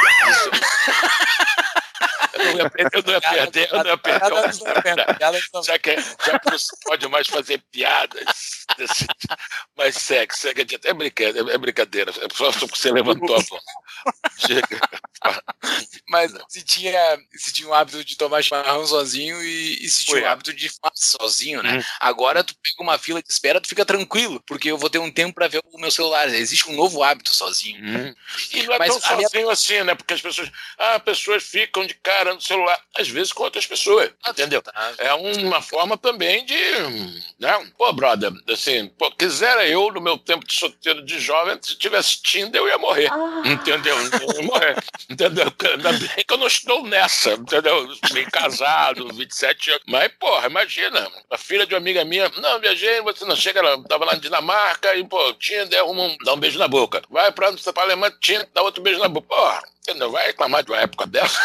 Eu não ia, eu não ia perder, eu não ia perder. Já que, já que você pode mais fazer piadas desse, mas segue, segue. É brincadeira, é brincadeira. É só porque você levantou a mão. Chega. Mas se tinha, se tinha o hábito de tomar chimarrão sozinho e, e se tinha Foi. o hábito de fumar sozinho, né? Hum. Agora tu pega uma fila de espera, tu fica tranquilo, porque eu vou ter um tempo pra ver o meu celular. Existe um novo hábito sozinho. Hum. E não é mas tão sozinho minha... assim, né? Porque as pessoas, ah, pessoas ficam de cara no celular, às vezes com outras pessoas, entendeu? É uma forma também de, né? Pô, brother, assim, pô, quisera eu, no meu tempo de solteiro de jovem, se tivesse Tinder, eu ia morrer, ah. entendeu? Eu ia morrer, entendeu? Ainda bem que eu não estou nessa, entendeu? Bem casado, vinte e sete anos, mas, porra, imagina, a filha de uma amiga minha, não, viajei, você não chega, ela tava lá na Dinamarca, e, pô, Tinder, arruma um, dá um beijo na boca, vai pra, pra Alemanha, Tinder, dá outro beijo na boca, porra. Entendeu? Vai reclamar de uma época dessa?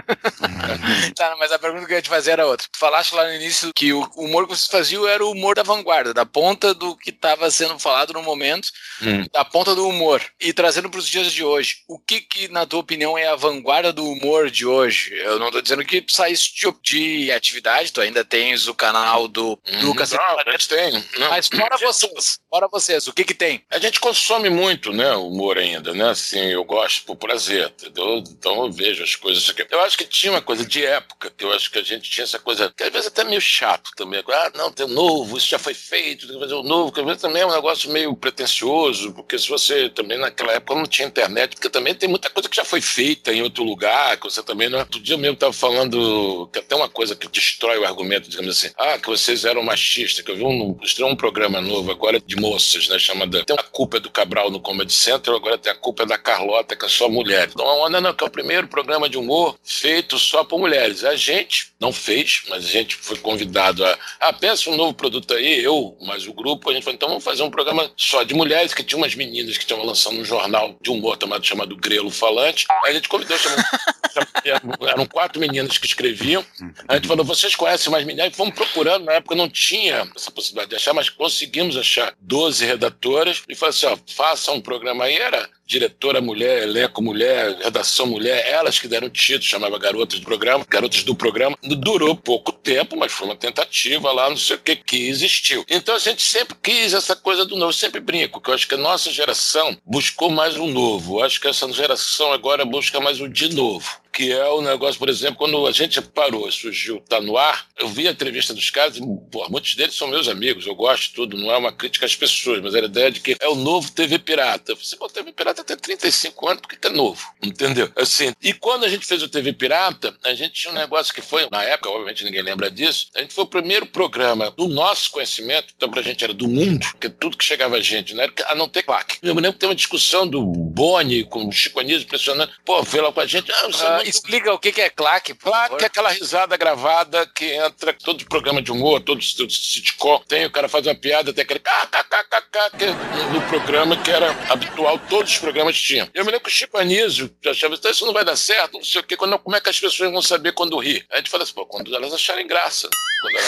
Tá, mas a pergunta que eu ia te fazer era outra. Tu falaste lá no início que o humor que vocês faziam era o humor da vanguarda, da ponta do que estava sendo falado no momento, hum. da ponta do humor. E trazendo para os dias de hoje, o que que, na tua opinião, é a vanguarda do humor de hoje? Eu não tô dizendo que tu saísse de, de atividade, tu ainda tens o canal do hum, Lucas. Não, a gente tem. Não. Mas fora vocês, fora vocês, o que que tem? A gente consome muito, né, o humor ainda, né? Assim, eu gosto por prazer. Entendeu? Então eu vejo as coisas aqui. Eu acho que tinha uma coisa de época, que eu acho que a gente tinha essa coisa, que às vezes até meio chato também. Ah, não, tem um novo, isso já foi feito, tem que fazer o um novo, que às vezes também é um negócio meio pretencioso, porque se você também naquela época não tinha internet, porque também tem muita coisa que já foi feita em outro lugar, que você também não. Outro dia mesmo estava falando que até uma coisa que destrói o argumento, digamos assim, ah, que vocês eram machistas, que eu vi um, estreou um programa novo agora de moças, né, chamada, tem a culpa é do Cabral no Comedy Central, agora tem a culpa é da Carlota, que é só mulher. Então, não, não, que é o primeiro programa de humor feito só por mulheres. A gente não fez, mas a gente foi convidado a, ah, pensa um novo produto aí, eu, mas o grupo, a gente falou, então vamos fazer um programa só de mulheres, que tinha umas meninas que estavam lançando um jornal de humor chamado, chamado Grelo Falante. Aí a gente convidou, chamou, eram quatro meninas que escreviam. A gente falou, vocês conhecem mais meninas? Fomos procurando, na época não tinha essa possibilidade de achar, mas conseguimos achar doze redatoras e falou assim, ó, faça um programa aí, era diretora mulher, elenco mulher, redação mulher, elas que deram título, chamava Garotas do Programa, Garotas do Programa. Durou pouco tempo, mas foi uma tentativa lá, não sei o que, que existiu. Então a gente sempre quis essa coisa do novo, eu sempre brinco, que eu acho que a nossa geração buscou mais um novo, eu acho que essa geração agora busca mais o de novo. que é o negócio, por exemplo, quando a gente parou, surgiu, tá no ar, eu vi a entrevista dos caras e, pô, muitos deles são meus amigos, eu gosto de tudo, não é uma crítica às pessoas, mas era a ideia de que é o novo T V Pirata. Eu falei, pô, o T V Pirata tem trinta e cinco anos, por que é novo? Entendeu? Assim, e quando a gente fez o T V Pirata, a gente tinha um negócio que foi, na época, obviamente ninguém lembra disso, a gente foi o primeiro programa do nosso conhecimento, então pra gente era do mundo, porque tudo que chegava a gente, né, a não ter claque. Eu me lembro que tem uma discussão do Boni com o Chico Anísio impressionante, pô, vê lá com a gente. Ah, você ah, muito... Explica o que é claque, por Claque favor. é aquela risada gravada que entra todo programa de humor, todo, todo sitcom, tem, o cara faz uma piada, tem aquele kkkk, que no programa que era habitual, todos os programas tinham. Eu me lembro que o Chico Anísio achava, isso não vai dar certo, não sei o quê, quando, como é que as pessoas vão saber quando rir? Aí a gente fala assim, pô, quando elas acharem graça. Quando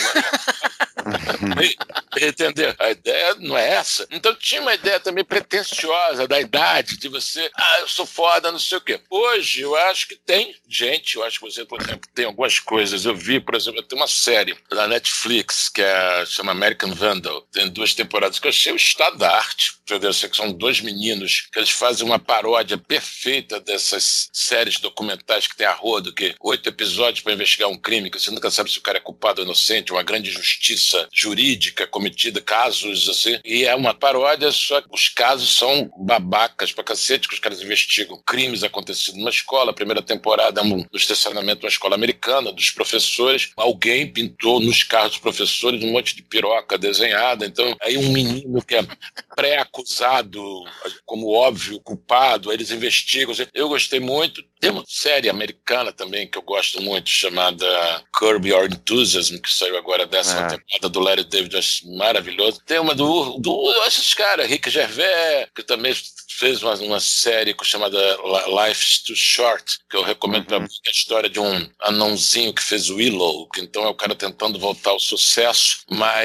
elas... Entendeu? A ideia não é essa. Então tinha uma ideia também pretensiosa da idade, de você, ah, eu sou foda, não sei o quê. Hoje eu acho que tem gente, eu acho que você, por exemplo, tem algumas coisas. Eu vi, por exemplo, tem uma série da Netflix que é, chama American Vandal, tem duas temporadas que eu achei o estado da arte, entendeu? Que são dois meninos que eles fazem uma paródia perfeita dessas séries documentais que tem a rodo, que oito episódios para investigar um crime, que você nunca sabe se o cara é culpado ou inocente, uma grande injustiça jurídica cometida, casos assim, e é uma paródia, só que os casos são babacas pra cacete, que os caras investigam crimes acontecidos numa escola. A primeira temporada é um, no estacionamento de uma escola americana, dos professores, alguém pintou nos carros dos professores um monte de piroca desenhada, então aí um menino que é pré-acusado, como óbvio culpado, eles investigam. Eu gostei muito. Tem uma série americana também que eu gosto muito, chamada Curb Your Enthusiasm, que saiu agora a décima é. temporada do Larry David, eu acho maravilhoso. Tem uma do, do esses caras, Rick Gervais, que também fez uma, uma série chamada Life's Too Short, que eu recomendo uhum. para mim, que é a história de um anãozinho que fez o Willow, que então é o cara tentando voltar ao sucesso,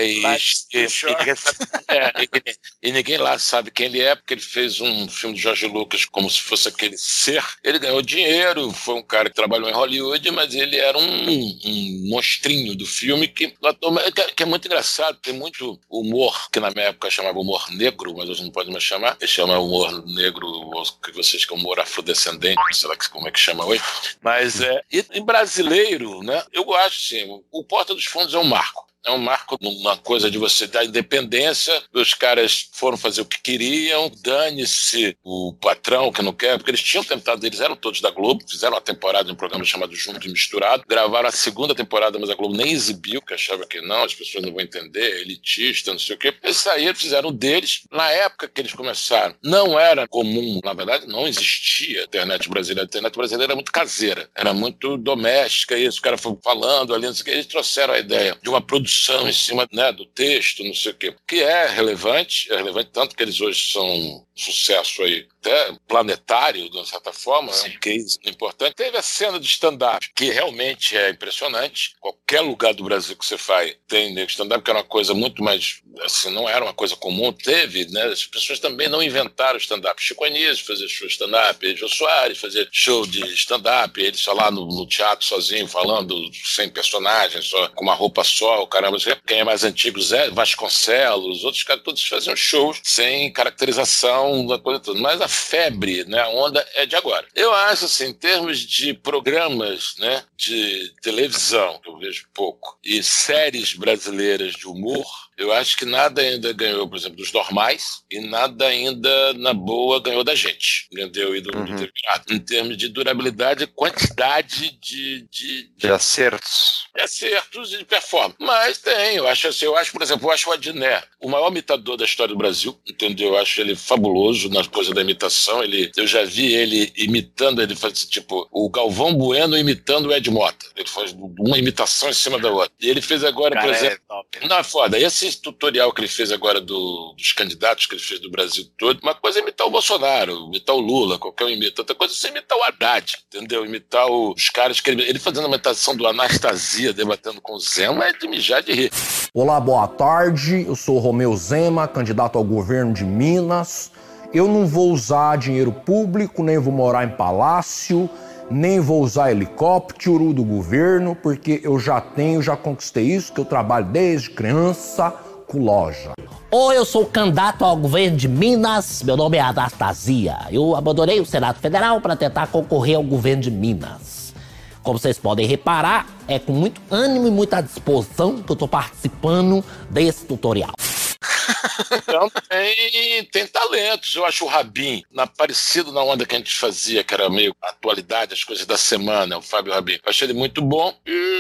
mas e, e, ninguém sabe, é, e, e ninguém lá sabe quem ele é, porque ele fez um filme de George Lucas como se fosse aquele ser. Ele ganhou dinheiro, foi um cara que trabalhou em Hollywood, mas ele era um, um monstrinho do filme que, que é muito engraçado, tem muito humor, que na minha época chamava humor negro, mas hoje não pode mais chamar, ele chama humor negro, que vocês que é humor afrodescendente, sei lá como é que chama hoje, mas é, e, em brasileiro, né, eu acho assim, o Porta dos Fundos é um marco. É um marco numa coisa de você dar independência, os caras foram fazer o que queriam, dane-se o patrão que não quer, porque eles tinham tentado, eles eram todos da Globo, fizeram uma temporada de um programa chamado Junto e Misturado, gravaram a segunda temporada, mas a Globo nem exibiu, porque achava que não, as pessoas não vão entender, elitista, não sei o quê. Eles saíram, fizeram deles. Na época que eles começaram, não era comum, na verdade, não existia a internet brasileira. A internet brasileira era muito caseira, era muito doméstica, e os caras foram falando ali, não sei o quê. Eles trouxeram a ideia de uma produção em cima, né, do texto, não sei o quê, que é relevante, é relevante tanto que eles hoje são um sucesso aí, até planetário, de uma certa forma, é um case importante. Teve a cena de stand-up, que realmente é impressionante. Qualquer lugar do Brasil que você vai tem stand-up, que era uma coisa muito mais, assim, não era uma coisa comum. Teve, né, as pessoas também não inventaram stand-up. Chico Anísio fazia show de stand-up, Jô Soares fazia show de stand-up, ele só lá no, no teatro sozinho, falando sem personagens, só com uma roupa só, o caramba. Quem é mais antigo, Zé Vasconcelos, outros caras todos faziam shows sem caracterização da coisa toda. Mas a febre, né, a onda é de agora. Eu acho, assim, em termos de programas, né, de televisão, que eu vejo pouco, e séries brasileiras de humor, eu acho que nada ainda ganhou, por exemplo, dos normais, e nada ainda, na boa, ganhou da gente, entendeu? E do, uhum. do T V Pirata. Em termos de durabilidade, quantidade de... De, de acertos. De acertos e de performance. Mas tem, eu acho assim, eu acho, por exemplo, eu acho o Adnet o maior imitador da história do Brasil, entendeu? Eu acho ele fabuloso na coisa da imitação. Ele, eu já vi ele imitando, ele faz tipo, o Galvão Bueno imitando o Ed Mota. Ele faz uma imitação em cima da outra. E ele fez agora, cara, por exemplo... É top. Não, é foda. Esse tutorial que ele fez agora do, dos candidatos que ele fez do Brasil todo, uma coisa é imitar o Bolsonaro, imitar o Lula, qualquer um imita. Outra coisa é imitar o Haddad, entendeu? Imitar os caras que ele... Ele fazendo a imitação do Anastasia, debatendo com o Zema, é de mijar de rir. Olá, boa tarde. Eu sou o Romeu Zema, candidato ao governo de Minas. Eu não vou usar dinheiro público, nem vou morar em palácio, nem vou usar helicóptero do governo, porque eu já tenho, já conquistei isso, que eu trabalho desde criança com loja. Oi, eu sou o candidato ao governo de Minas, meu nome é Anastasia. Eu abandonei o Senado Federal para tentar concorrer ao governo de Minas. Como vocês podem reparar, é com muito ânimo e muita disposição que eu tô participando desse tutorial. Então tem, tem talentos. Eu acho o Rabin, na, parecido na onda que a gente fazia, que era meio atualidade, as coisas da semana, o Fábio Rabin. Eu achei ele muito bom.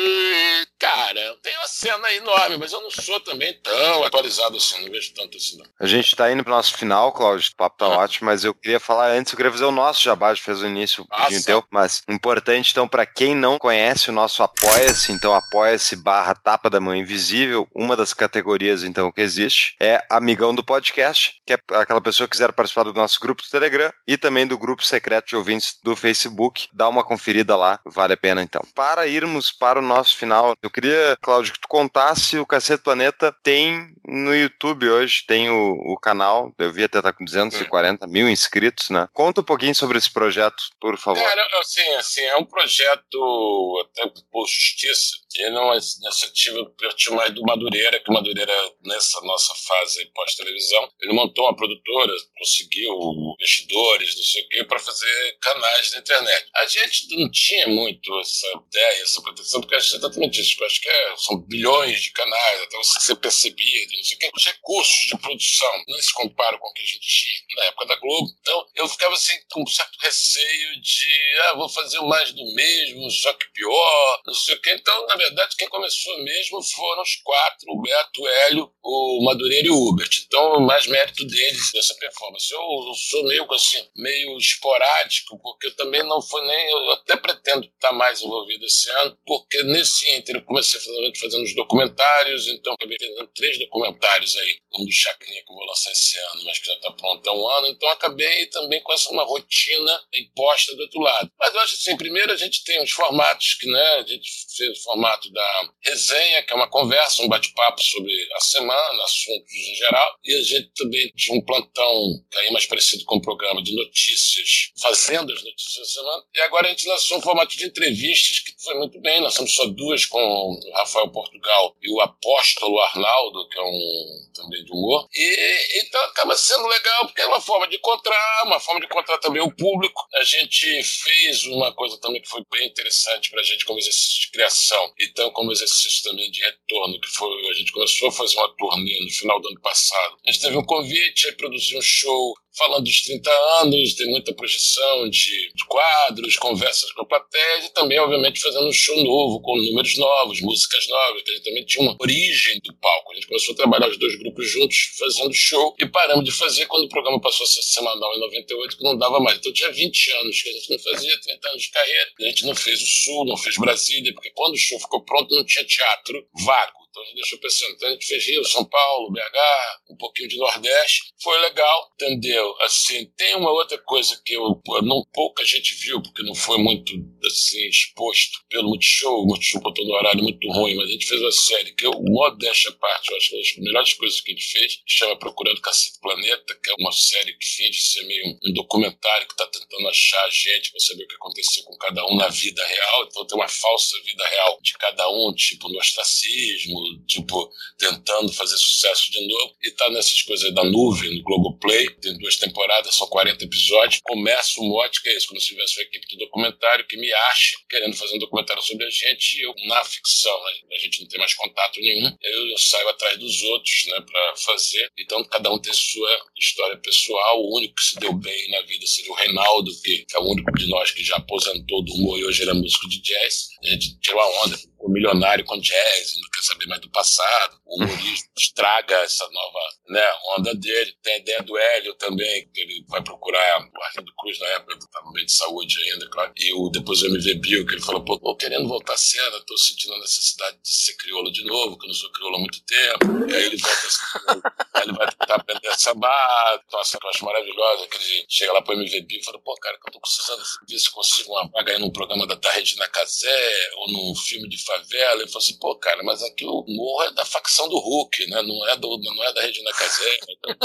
E, cara, tem uma cena enorme, mas eu não sou também tão atualizado assim, não vejo tanto assim, não. A gente tá indo pro nosso final, Cláudio, o papo tá ah. ótimo, mas eu queria falar antes, eu queria fazer o nosso jabá, fez o início, o pedido teu, mas importante, então, pra quem não conhece o nosso Apoia-se, então apoia-se barra Tapa da Mão Invisível, uma das categorias, então, que existe, é amigão do podcast, que é aquela pessoa que quiser participar do nosso grupo do Telegram e também do grupo secreto de ouvintes do Facebook. Dá uma conferida lá, vale a pena então. Para irmos para o nosso final, eu queria, Cláudio, que tu contasse, o Cacete Planeta tem no YouTube hoje, tem o, o canal, eu vi até tá com duzentos e quarenta mil inscritos, né? Conta um pouquinho sobre esse projeto, por favor. Cara, assim, assim, é um projeto até por justiça, e não é iniciativa mais do Madureira, que o Madureira, nessa nossa fase aí, pós-televisão, ele montou uma produtora, conseguiu investidores, não sei o quê, para fazer canais na internet. A gente não tinha muito essa ideia, essa pretensão, porque a gente é exatamente isso. Eu acho que é, são bilhões de canais, até você ser percebido, não sei o quê. Os recursos de produção não se comparam com o que a gente tinha na época da Globo. Então, eu ficava assim, com um certo receio de, ah, vou fazer mais do mesmo, só que pior, não sei o quê. Então, na verdade, quem começou mesmo foram os quatro, o Beto, o Hélio, o Madureira e o Hubert. Então, mais mérito deles dessa performance. Eu, eu sou meio assim, meio esporádico, porque eu também não fui nem... Eu até pretendo estar mais envolvido esse ano, porque nesse ínter eu comecei fazendo, fazendo os documentários, então acabei fazendo três documentários aí, um do Chacrinha que eu vou lançar esse ano, mas que já está pronto há um ano, então acabei também com essa uma rotina imposta do outro lado. Mas eu acho assim, primeiro a gente tem uns formatos que, né, a gente fez o formato da resenha, que é uma conversa, um bate-papo sobre a semana, assuntos em geral, e a gente também tinha um plantão, que aí é mais parecido com um programa de notícias, fazendo as notícias da semana, e agora a gente lançou um formato de entrevistas que foi muito bem, lançamos só duas com o Rafael Portugal e o Apóstolo Arnaldo, que é um também de humor, e então acaba sendo legal, porque é uma forma de encontrar, uma forma de encontrar também o público. A gente fez uma coisa também que foi bem interessante pra gente como exercício de criação, então como exercício também de retorno, que foi, a gente começou a fazer uma turnê no final do ano passado. A gente teve um convite, aí produziu um show falando dos trinta anos, tem muita projeção de quadros, conversas com a plateia, e também, obviamente, fazendo um show novo, com números novos, músicas novas, que a gente também tinha uma origem do palco. A gente começou a trabalhar os dois grupos juntos, fazendo show, e paramos de fazer quando o programa passou a ser semanal em noventa e oito, que não dava mais. Então tinha vinte anos que a gente não fazia, trinta anos de carreira, a gente não fez o Sul, não fez Brasília, porque quando o show ficou pronto não tinha teatro vago. Então a gente deixou pensando, então a gente fez Rio, São Paulo, B H, um pouquinho de Nordeste, foi legal, entendeu? Assim, tem uma outra coisa que eu, não, pouca gente viu, porque não foi muito, assim, exposto pelo Multishow, o Multishow botou no horário muito ruim, mas a gente fez uma série que eu, modéstia à parte, eu acho que é uma das melhores coisas que a gente fez, que chama Procurando Cacete Planeta, que é uma série que finge ser meio um, um documentário que está tentando achar a gente para saber o que aconteceu com cada um na vida real, então tem uma falsa vida real de cada um, tipo no ostracismo, tipo, tentando fazer sucesso de novo, e tá nessas coisas da nuvem, no Globoplay, tem duas temporadas, são quarenta episódios, começa o mote, que é isso, como se tivesse uma equipe do documentário que me acha, querendo fazer um documentário sobre a gente, e eu, na ficção, a gente não tem mais contato nenhum, eu, eu saio atrás dos outros, né, pra fazer, então cada um tem sua história pessoal, o único que se deu bem na vida seria o Reinaldo, que é o único de nós que já aposentou do humor e hoje ele é músico de jazz, a gente tirou a onda, ficou milionário com jazz, não quer saber mais do passado, o humorismo estraga essa nova, né, onda dele. Tem a ideia do Hélio também, que ele vai procurar o Arlindo Cruz na época, ele estava bem de saúde ainda, claro, e o, depois o M V Bill, que ele falou, pô, tô querendo voltar à cena, tô sentindo a necessidade de ser crioulo de novo, que eu não sou crioulo há muito tempo, e aí ele volta assim, aí ele vai tentar aprender a sambar, nossa, que eu acho maravilhosa, que ele chega lá pro M V Bill e fala, pô, cara, que eu tô precisando ver se consigo uma vaga aí num programa da, da Regina Casé, ou num filme de favela. Ele falou assim, pô, cara, mas aqui o morro é da facção do Hulk, né? Não é, do, não é da Regina Casé. Então,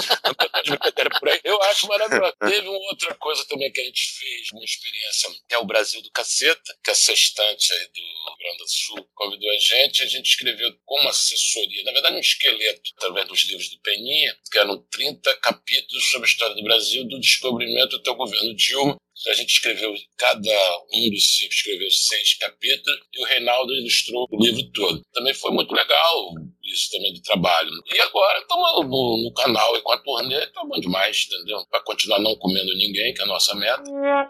por aí. Eu acho maravilhoso. Teve uma outra coisa também que a gente fez, uma experiência, que é o Brasil do Caceta, que a sextante aí do Rio Grande do Sul convidou a gente, e a gente escreveu como assessoria, na verdade um esqueleto, através dos livros do Peninha, que eram trinta capítulos sobre a história do Brasil, do descobrimento até o governo Dilma, A gente escreveu, cada um dos cinco escreveu seis capítulos e o Reinaldo ilustrou o livro todo. Também foi muito legal isso também de trabalho. E agora estamos no, no canal e com a turnê, tá bom demais, entendeu? Para continuar não comendo ninguém, que é a nossa meta.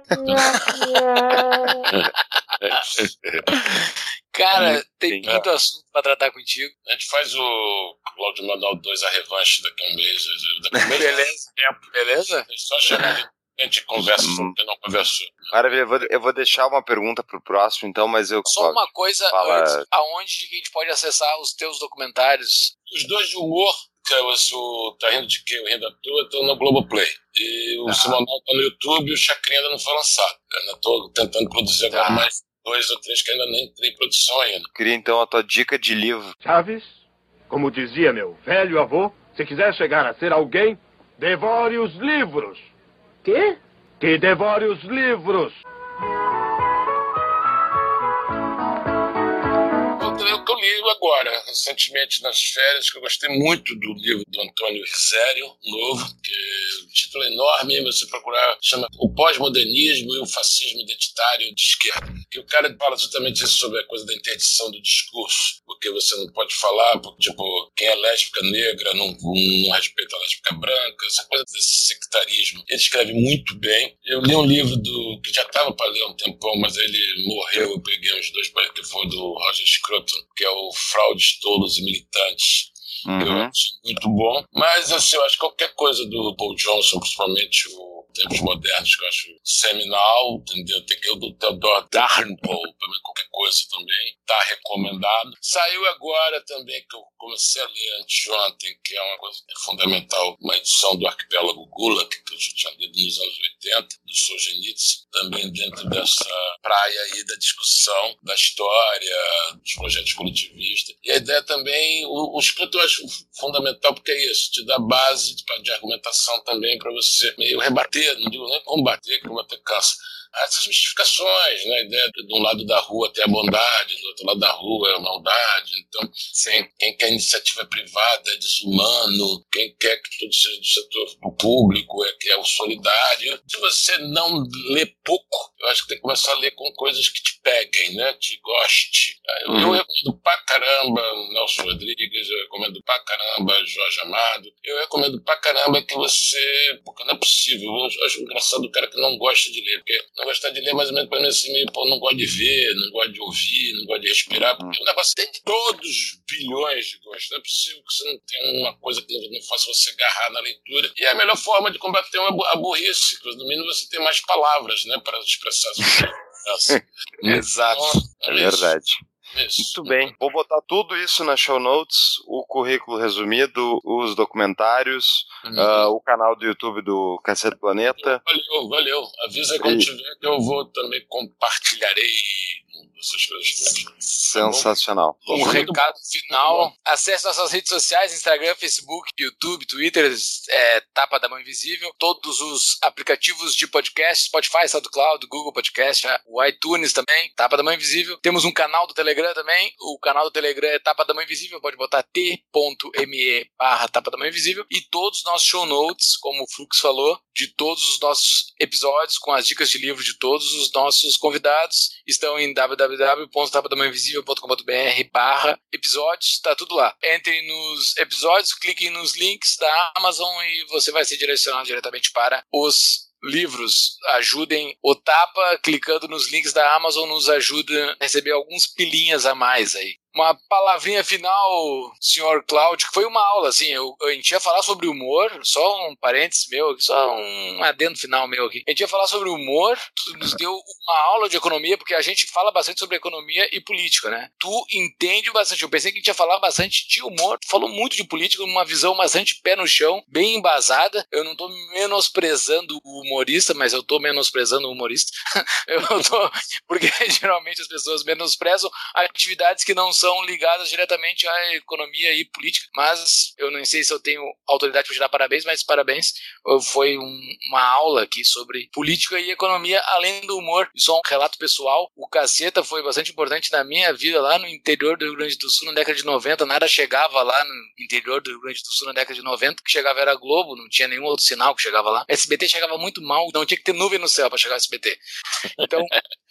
Cara, tem muito assunto pra tratar contigo. A gente faz o Cláudio Manual dois, a revanche daqui a um mês. Daqui a um mês beleza, tempo. Beleza? É só chamar a gente conversa sobre o que não conversou. Maravilha, eu vou, eu vou deixar uma pergunta pro próximo, então, mas eu... Só uma coisa fala... antes, aonde que a gente pode acessar os teus documentários? Os dois de humor, que é o Tá Rindo de Quê? O Rindo à Toa, estão no Globoplay. E o ah. Simonal tá no YouTube e o Chacrinha ainda não foi lançado. Eu ainda tô tentando produzir agora ah. mais dois ou três que ainda nem tem produção ainda. Queria então a tua dica de livro. Chaves, como dizia meu velho avô, se quiser chegar a ser alguém, devore os livros. Quê? Que devore os livros. O que eu li agora, recentemente nas férias, que eu gostei muito do livro do Antônio Risério, novo, que o título é enorme, você procurar, chama O Pós-Modernismo e o Fascismo Identitário de Esquerda. Que o cara fala justamente isso sobre a coisa da interdição do discurso, porque você não pode falar, porque, tipo, quem é lésbica negra não, não respeita a lésbica branca, essa coisa desse sectarismo. Ele escreve muito bem. Eu li um livro do que já estava para ler há um tempão, mas ele morreu, eu peguei uns dois, que foi do Roger Scruton, que é o Fraudes, Tolos e Militantes. Uhum. Eu acho muito bom. Mas, assim, eu acho que qualquer coisa do Paul Johnson, principalmente o Tempos Modernos, que eu acho seminal, entendeu? Tem que o do Theodore Darnpool, também qualquer coisa também, tá recomendado. Saiu agora também, que eu comecei a ler anteontem, que é uma coisa fundamental, uma edição do Arquipélago Gulag, que eu já tinha lido nos anos oitenta, do Solzhenitsyn, também dentro dessa praia aí da discussão da história, dos projetos coletivistas. E a ideia também, o, o escrito eu acho fundamental, porque é isso, te dá base de, de argumentação também para você meio rebater, não digo nem combater, que combater cansa. Essas mistificações, né? A ideia de um lado da rua ter a bondade, do outro lado da rua é a maldade. Então, sim, quem quer iniciativa privada é desumano, quem quer que tudo seja do setor público é que é o solidário. Se você não lê pouco, eu acho que tem que começar a ler com coisas que te peguem, né? Te goste. Eu, uhum. eu recomendo pra caramba Nelson Rodrigues, eu recomendo pra caramba Jorge Amado, eu recomendo pra caramba que você... Porque não é possível, eu acho engraçado o cara que não gosta de ler, porque não gostar de ler mais ou menos para mim assim, meio, pô, não gosta de ver, não gosta de ouvir, não gosta de respirar, porque o negócio tem todos os bilhões de gostos. Não é possível que você não tenha uma coisa que não, não faça você agarrar na leitura. E é a melhor forma de combater uma, a burrice, que no mínimo você tem mais palavras, né, para expressar sua Exato, é verdade. Isso. Muito bem, vou botar tudo isso nas show notes, o currículo resumido, os documentários, uhum. uh, o canal do YouTube do Cacete Planeta. Valeu, valeu. Avisa e... quando tiver que eu vou também compartilharei essas coisas. Sensacional. Tá um recado final, acesse nossas redes sociais, Instagram, Facebook, YouTube, Twitter, é, Tapa da Mão Invisível, todos os aplicativos de podcast, Spotify, SoundCloud, Google Podcast, o iTunes também, Tapa da Mão Invisível. Temos um canal do Telegram também, o canal do Telegram é Tapa da Mão Invisível, pode botar t.me barra Tapa da Mão Invisível, e todos os nossos show notes, como o Flux falou, de todos os nossos episódios, com as dicas de livro de todos os nossos convidados, estão em w w w ponto tapa da mão invisível ponto com ponto b r barra episódios, tá tudo lá. Entrem nos episódios, cliquem nos links da Amazon e você vai ser direcionado diretamente para os livros. Ajudem o Tapa, clicando nos links da Amazon, nos ajuda a receber alguns pilinhas a mais aí. Uma palavrinha final, senhor Cláudio, que foi uma aula, assim, eu, a gente ia falar sobre humor, só um parênteses meu, só um adendo final meu aqui. A gente ia falar sobre humor, tu nos deu uma aula de economia, porque a gente fala bastante sobre economia e política, né? Tu entende bastante, eu pensei que a gente ia falar bastante de humor, tu falou muito de política, uma visão bastante pé no chão, bem embasada. Eu não tô menosprezando o humorista, mas eu tô menosprezando o humorista. Eu tô, porque geralmente as pessoas menosprezam atividades que não são ligadas diretamente à economia e política, mas eu não sei se eu tenho autoridade para te dar parabéns, mas parabéns, foi um, uma aula aqui sobre política e economia, além do humor. E só um relato pessoal, o Caceta foi bastante importante na minha vida lá no interior do Rio Grande do Sul, na década de noventa, nada chegava lá no interior do Rio Grande do Sul na década de noventa, que chegava era Globo, não tinha nenhum outro sinal que chegava lá. S B T chegava muito mal, não tinha que ter nuvem no céu para chegar ao S B T. Então,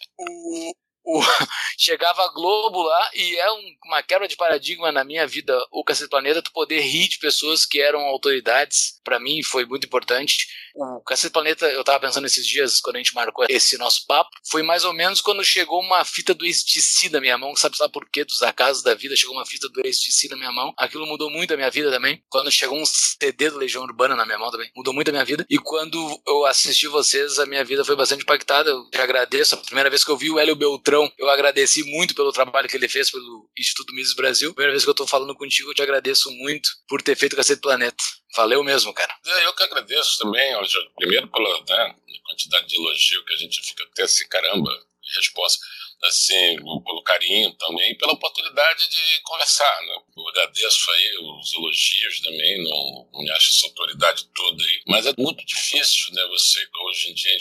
o... O, chegava a Globo lá e é um, uma quebra de paradigma na minha vida, o Cacete Planeta, tu poder rir de pessoas que eram autoridades, pra mim foi muito importante. O Cacete Planeta, eu tava pensando esses dias, quando a gente marcou esse nosso papo, foi mais ou menos quando chegou uma fita do A C D C na minha mão, sabe lá por quê, dos acasos da vida, chegou uma fita do A C D C na minha mão, aquilo mudou muito a minha vida também. Quando chegou um C D do Legião Urbana na minha mão também, mudou muito a minha vida. E quando eu assisti vocês, a minha vida foi bastante impactada. Eu te agradeço, a primeira vez que eu vi o Hélio Beltrão, eu agradeci muito pelo trabalho que ele fez pelo Instituto Mises Brasil. Primeira vez que eu tô falando contigo, eu te agradeço muito por ter feito o Cacete Planeta. Valeu mesmo, cara. Eu que agradeço também, primeiro pela, né, quantidade de elogio que a gente fica até assim, caramba, resposta, assim, pelo carinho também, e pela oportunidade de conversar, né? Eu agradeço aí os elogios também, não, não me acho essa autoridade toda aí, mas é muito difícil, né, você, hoje em dia,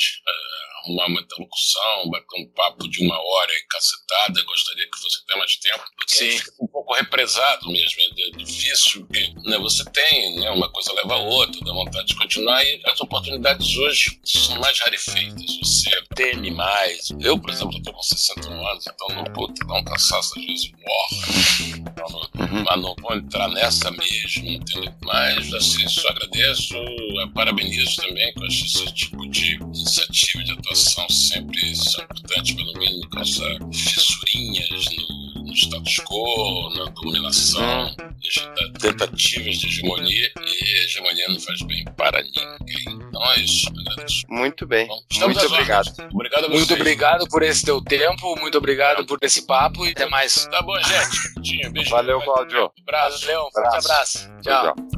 é, arrumar uma interlocução, bater um papo de uma hora e cacetada, eu gostaria que você tenha mais tempo, porque Sim. a gente fica um pouco represado mesmo, é difícil, porque, né, você tem, né, uma coisa leva a outra, dá vontade de continuar, e as oportunidades hoje são mais rarefeitas, você teme mais. Eu, por exemplo, estou com sessenta anos, então não vou ter um cansaço, às vezes morro, então, não, uhum. mas não vou entrar nessa mesmo, entendeu? Mas, assim, só agradeço, parabenizo também, que eu acho esse tipo de iniciativa de atuação sempre são importantes, pelo mínimo, causar fissurinhas no, no status quo, na dominação, tentativas de hegemonia, e hegemonia não faz bem para ninguém. Então é isso, agradeço. Muito bem, Bom, muito obrigado. Obrigado a vocês. Muito obrigado por esse teu tempo, muito obrigado por esse papo e até mais. Tá bom, gente. Beijo. Valeu, Cláudio. Abraço. Valeu, um forte abraço. Tchau. Tchau.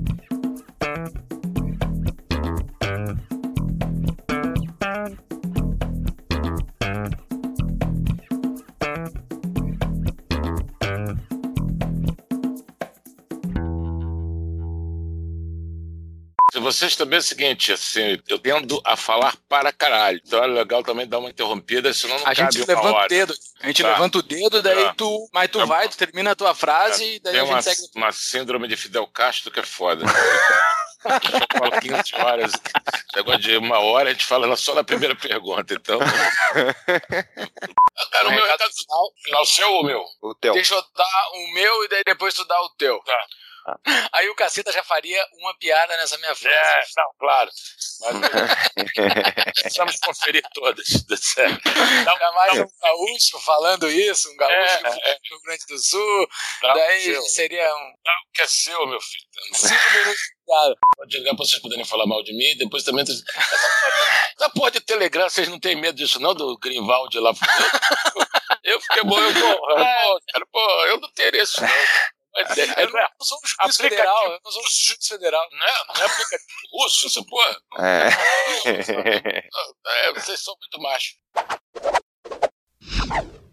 Vocês também é o seguinte, assim, eu tendo a falar para caralho, então é legal também dar uma interrompida, senão não a cabe gente uma levanta hora. o dedo, a gente Tá. levanta o dedo, daí Tá. tu, mas tu Tá. vai, tu termina a tua frase e daí Tem a uma, gente segue. uma síndrome de Fidel Castro que é foda. Eu falo quinze horas, negócio de uma hora a gente fala só na primeira pergunta, então... Cara, o meu recado final, final seu ou meu? O teu. Deixa eu dar o meu e daí depois tu dá o teu. Tá. Aí o Caceta já faria uma piada nessa minha frase. É, não, claro. Mas precisamos conferir todas. Ainda mais um gaúcho falando isso, um gaúcho É, que foi é. do Rio Grande do Sul. Não, daí seu. seria um. Não, que é seu, meu filho. Cinco minutos de piada. Pode ligar pra vocês poderem falar mal de mim, depois também... Essa porra- essa porra de Telegram, vocês não têm medo disso não, do Greenwald lá? Eu, eu fiquei bom, eu, pô, pô, cara, pô, eu não teria isso não. Mas, é, Eu não sou um juiz federal, eu não sou um juiz federal. Não é, não é aplicativo russo, essa porra? É. É, vocês são muito machos.